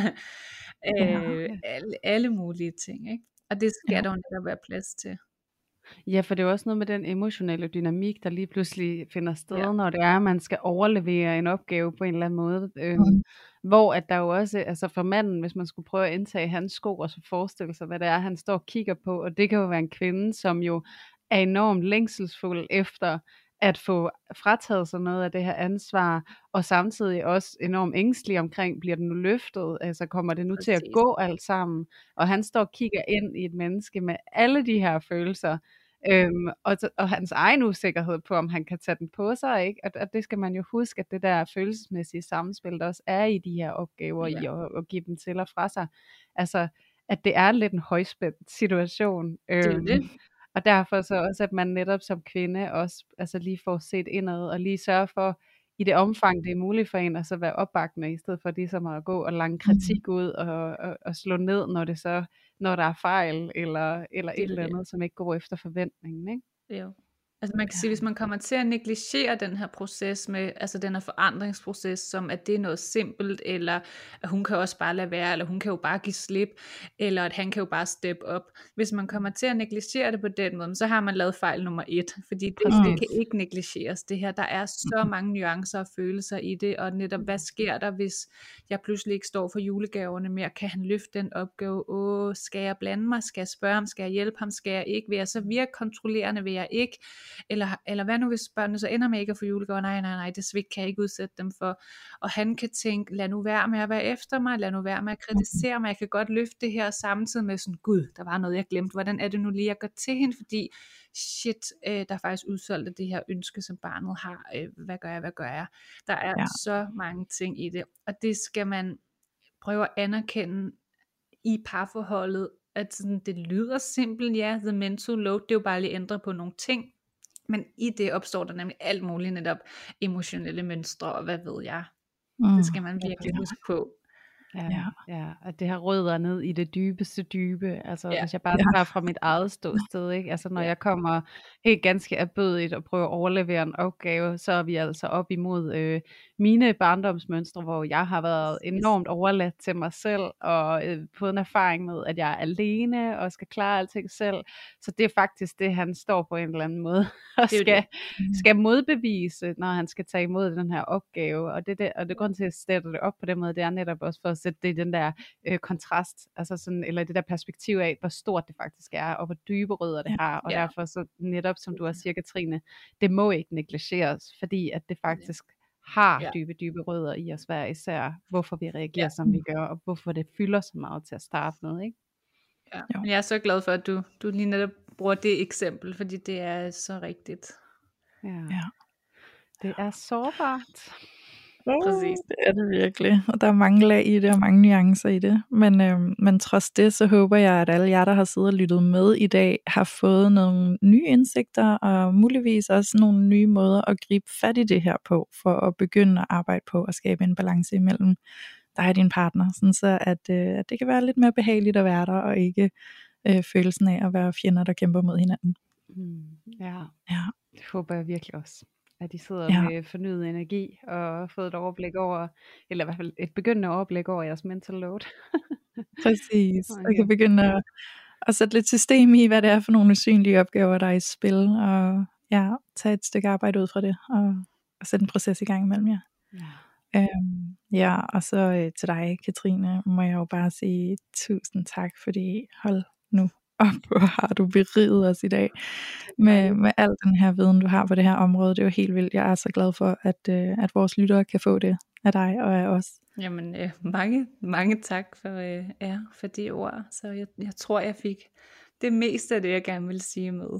øh, alle, alle mulige ting, ikke? Og det skal Ja. der jo netop være plads til. Ja, for det er jo også noget med den emotionelle dynamik, der lige pludselig finder sted, Ja. når det er, at man skal overlevere en opgave på en eller anden måde. Øhm, Mm. hvor at der jo også, altså for manden, hvis man skulle prøve at indtage hans sko, og så forestille sig, hvad det er, han står og kigger på, og det kan jo være en kvinde, som jo er enormt længselsfuld efter at få frataget sig noget af det her ansvar, og samtidig også enormt ængstelig omkring, bliver det nu løftet, altså kommer det nu til at Præcis. gå alt sammen, og han står og kigger ind i et menneske med alle de her følelser, øhm, og, så- og hans egen usikkerhed på, om han kan tage den på sig, ikke? Og, og det skal man jo huske, at det der følelsesmæssige samspil, der også er i de her opgaver, Ja. i at, at give dem til og fra sig, altså at det er lidt en højspændt situation. Det er jo Øhm, det. og derfor så også, at man netop som kvinde også altså lige får set indad, og lige sørge for, i det omfang det er muligt for en, at så være opbakkende, i stedet for ligesom at gå og lange Mm. kritik ud, og, og, og slå ned, når det så, når der er fejl, eller, eller Det et er eller det. andet, som ikke går efter forventningen, ikke? Jo. Altså man kan sige, hvis man kommer til at negligere den her proces med, altså den her forandringsproces, som at det er noget simpelt, eller at hun kan også bare lade være, eller hun kan jo bare give slip, eller at han kan jo bare steppe op. Hvis man kommer til at negligere det på den måde, så har man lavet fejl nummer et, fordi det, det kan ikke negligeres det her. Der er så mange nuancer og følelser i det, og netop hvad sker der, hvis jeg pludselig ikke står for julegaverne mere? Kan han løfte den opgave? Åh, skal jeg blande mig? Skal jeg spørge ham? Skal jeg hjælpe ham? Skal jeg ikke? Vil jeg så virke kontrollerende? Vil jeg ikke? Eller, eller hvad nu hvis børnene så ender med ikke at få julegaver? Nej, nej, nej, det svigt kan jeg ikke udsætte dem for. Og han kan tænke, lad nu være med at være efter mig, lad nu være med at kritisere mig, jeg kan godt løfte det her, samtidig med sådan, gud, der var noget jeg glemte, hvordan er det nu lige jeg går til hende, fordi shit, øh, der er faktisk udsolgt af det her ønske som barnet har, øh, hvad gør jeg, hvad gør jeg? Der er ja. så mange ting i det, og det skal man prøve at anerkende i parforholdet, at sådan, det lyder simpelt, ja, the mental load, det er jo bare lige ændre på nogle ting, men i det opstår der nemlig alt muligt netop emotionelle mønstre, og hvad ved jeg. Mm. Det skal man virkelig huske på. Ja, ja. ja, at det har rødder ned i det dybeste dybe, altså ja. Hvis jeg bare tager ja. fra mit eget ståsted, ikke? Altså når ja. jeg kommer helt ganske erbødigt og prøver at overlevere en opgave, så er vi altså op imod øh, mine barndomsmønstre, hvor jeg har været enormt overladt til mig selv, og øh, fået en erfaring med, at jeg er alene, og skal klare alting selv, så det er faktisk det, han står på en eller anden måde, og skal, skal modbevise, når han skal tage imod den her opgave, og det, det, og det grund til at sætte det op på den måde, det er netop også for at sætte det i den der øh, kontrast, altså sådan, eller det der perspektiv af, hvor stort det faktisk er, og hvor dybe rødder det har, og ja. derfor så netop, som du også siger, Katrine, det må ikke negligeres, fordi at det faktisk har ja. dybe, dybe rødder i os hver især, hvorfor vi reagerer, ja. som vi gør, og hvorfor det fylder så meget til at starte med, ikke? Ja. Men jeg er så glad for, at du, du lige netop bruger det eksempel, fordi det er så rigtigt. Ja. ja. Det er sårbart. Præcis, det er det virkelig, og der er mange lag i det, og mange nuancer i det, men, øhm, men trods det, så håber jeg, at alle jer, der har siddet og lyttet med i dag, har fået nogle nye indsigter, og muligvis også nogle nye måder at gribe fat i det her på, for at begynde at arbejde på at skabe en balance imellem dig og din partner, sådan så at, øh, at det kan være lidt mere behageligt at være der, og ikke øh, følelsen af at være fjender, der kæmper mod hinanden. Mm, ja. ja, det håber jeg virkelig også. At de sidder ja. med fornyet energi og fået et overblik over, eller i hvert fald et begyndende overblik over jeres mental load. Præcis, og kan begynde at, at sætte lidt system i, hvad det er for nogle usynlige opgaver, der er i spil, og ja, tage et stykke arbejde ud fra det, og, og sætte en proces i gang imellem jer. Ja. Øhm, ja, og så øh, til dig, Katrine, må jeg jo bare sige tusind tak, fordi hold nu op, hvor har du beriget os i dag med, med al den her viden, du har på det her område. Det er jo helt vildt. Jeg er så glad for, at, øh, at vores lyttere kan få det af dig og af os. Jamen, øh, mange, mange tak for, øh, ja, for de ord. Så jeg, jeg tror, jeg fik det meste af det, jeg gerne vil sige med.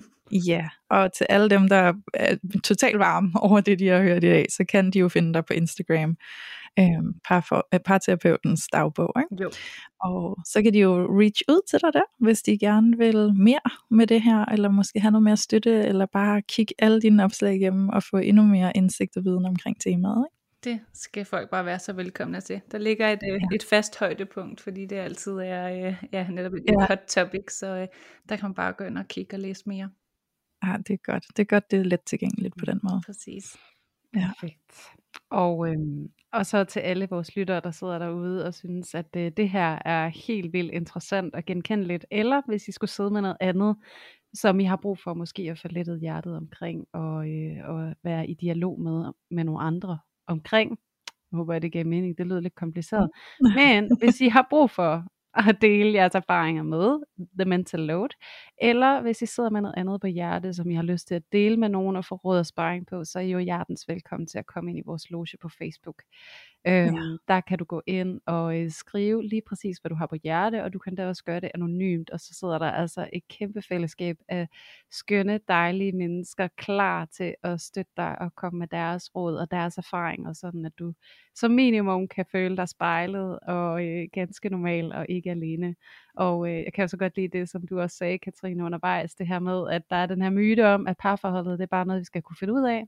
Ja, og til alle dem, der er totalt varme over det, de har hørt i dag, så kan de jo finde dig på Instagram. Øhm, par parterapeutens dagbog, ikke? Jo. Og så kan de jo reach ud til dig der, hvis de gerne vil mere med det her, eller måske have noget mere støtte, eller bare kigge alle dine opslag igennem og få endnu mere indsigt og viden omkring temaet, ikke? Det skal folk bare være så velkomne til. Der ligger et, ja. et fast højdepunkt, fordi det altid er ja, netop et ja. hot topic, så øh, der kan man bare gå ind og kigge og læse mere. Ja, det er godt. Det er godt, det er let tilgængeligt på den måde. Præcis. Ja. Perfekt. Og, øhm, og så til alle vores lyttere, der sidder derude og synes, at øh, det her er helt vildt interessant og genkendeligt, eller hvis I skulle sidde med noget andet, som I har brug for måske at få lettet hjertet omkring, og, øh, og være i dialog med, med nogle andre omkring. Jeg håber, at det gav mening. Det lød lidt kompliceret. Men hvis I har brug for at dele jeres erfaringer med The Mental Load, eller hvis I sidder med noget andet på hjertet, som I har lyst til at dele med nogen og få råd og sparring på, så er I jo hjertens velkommen til at komme ind i vores loge på Facebook. Øhm, ja. Der kan du gå ind og øh, skrive lige præcis, hvad du har på hjerte, og du kan da også gøre det anonymt, og så sidder der altså et kæmpe fællesskab af skønne, dejlige mennesker, klar til at støtte dig og komme med deres råd og deres erfaringer, sådan at du som minimum kan føle dig spejlet og øh, ganske normal og ikke alene. Og øh, jeg kan jo så godt lide det, som du også sagde, Katrine, undervejs, det her med, at der er den her myte om, at parforholdet, det er bare noget, vi skal kunne finde ud af.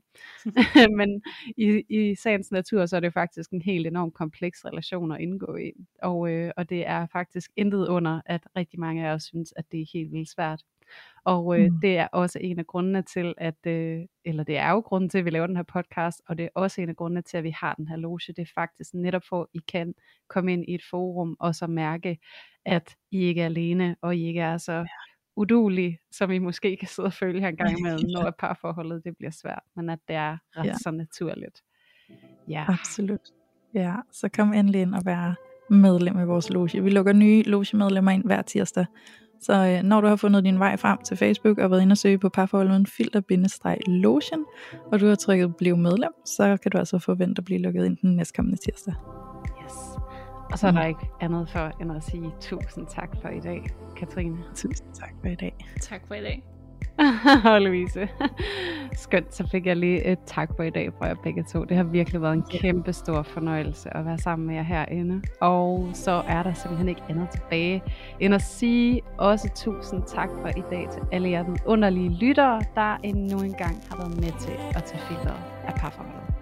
Men i, i sagens natur, så er det jo faktisk en helt enormt kompleks relation at indgå i. Og, øh, og det er faktisk intet under, at rigtig mange af os synes, at det er helt vildt svært. Og øh, Mm. det er også en af grundene til, at, øh, eller det er jo grunden til, at vi laver den her podcast, og det er også en af grundene til, at vi har den her loge. Det er faktisk netop for, at I kan komme ind i et forum, og så mærke, at I ikke er alene, og I ikke er så udulige, som I måske kan sidde og føle her en gang imellem, når et parforholdet det bliver svært, men at det er ret Ja. så naturligt. Ja. Absolut. Ja, så kom endelig ind og vær medlem af vores loge. Vi lukker nye logemedlemmer ind hver tirsdag. Så øh, når du har fundet din vej frem til Facebook og været inde og søge på parforhold uden filter-logen, og du har trykket bliv medlem, så kan du altså forvente at blive lukket ind den næstkommende tirsdag. Yes. Og så er der ikke andet for end at sige tusind tak for i dag, Katrine. Tusind tak for i dag. Tak for i dag. Og Louise. Skønt, så fik jeg lige et tak for i dag fra jer begge to. Det har virkelig været en kæmpe stor fornøjelse at være sammen med jer herinde. Og så er der simpelthen ikke andet tilbage end at sige også tusind tak for i dag til alle jer underlige lyttere, der endnu engang har været med til at tage filteret af parforholdet.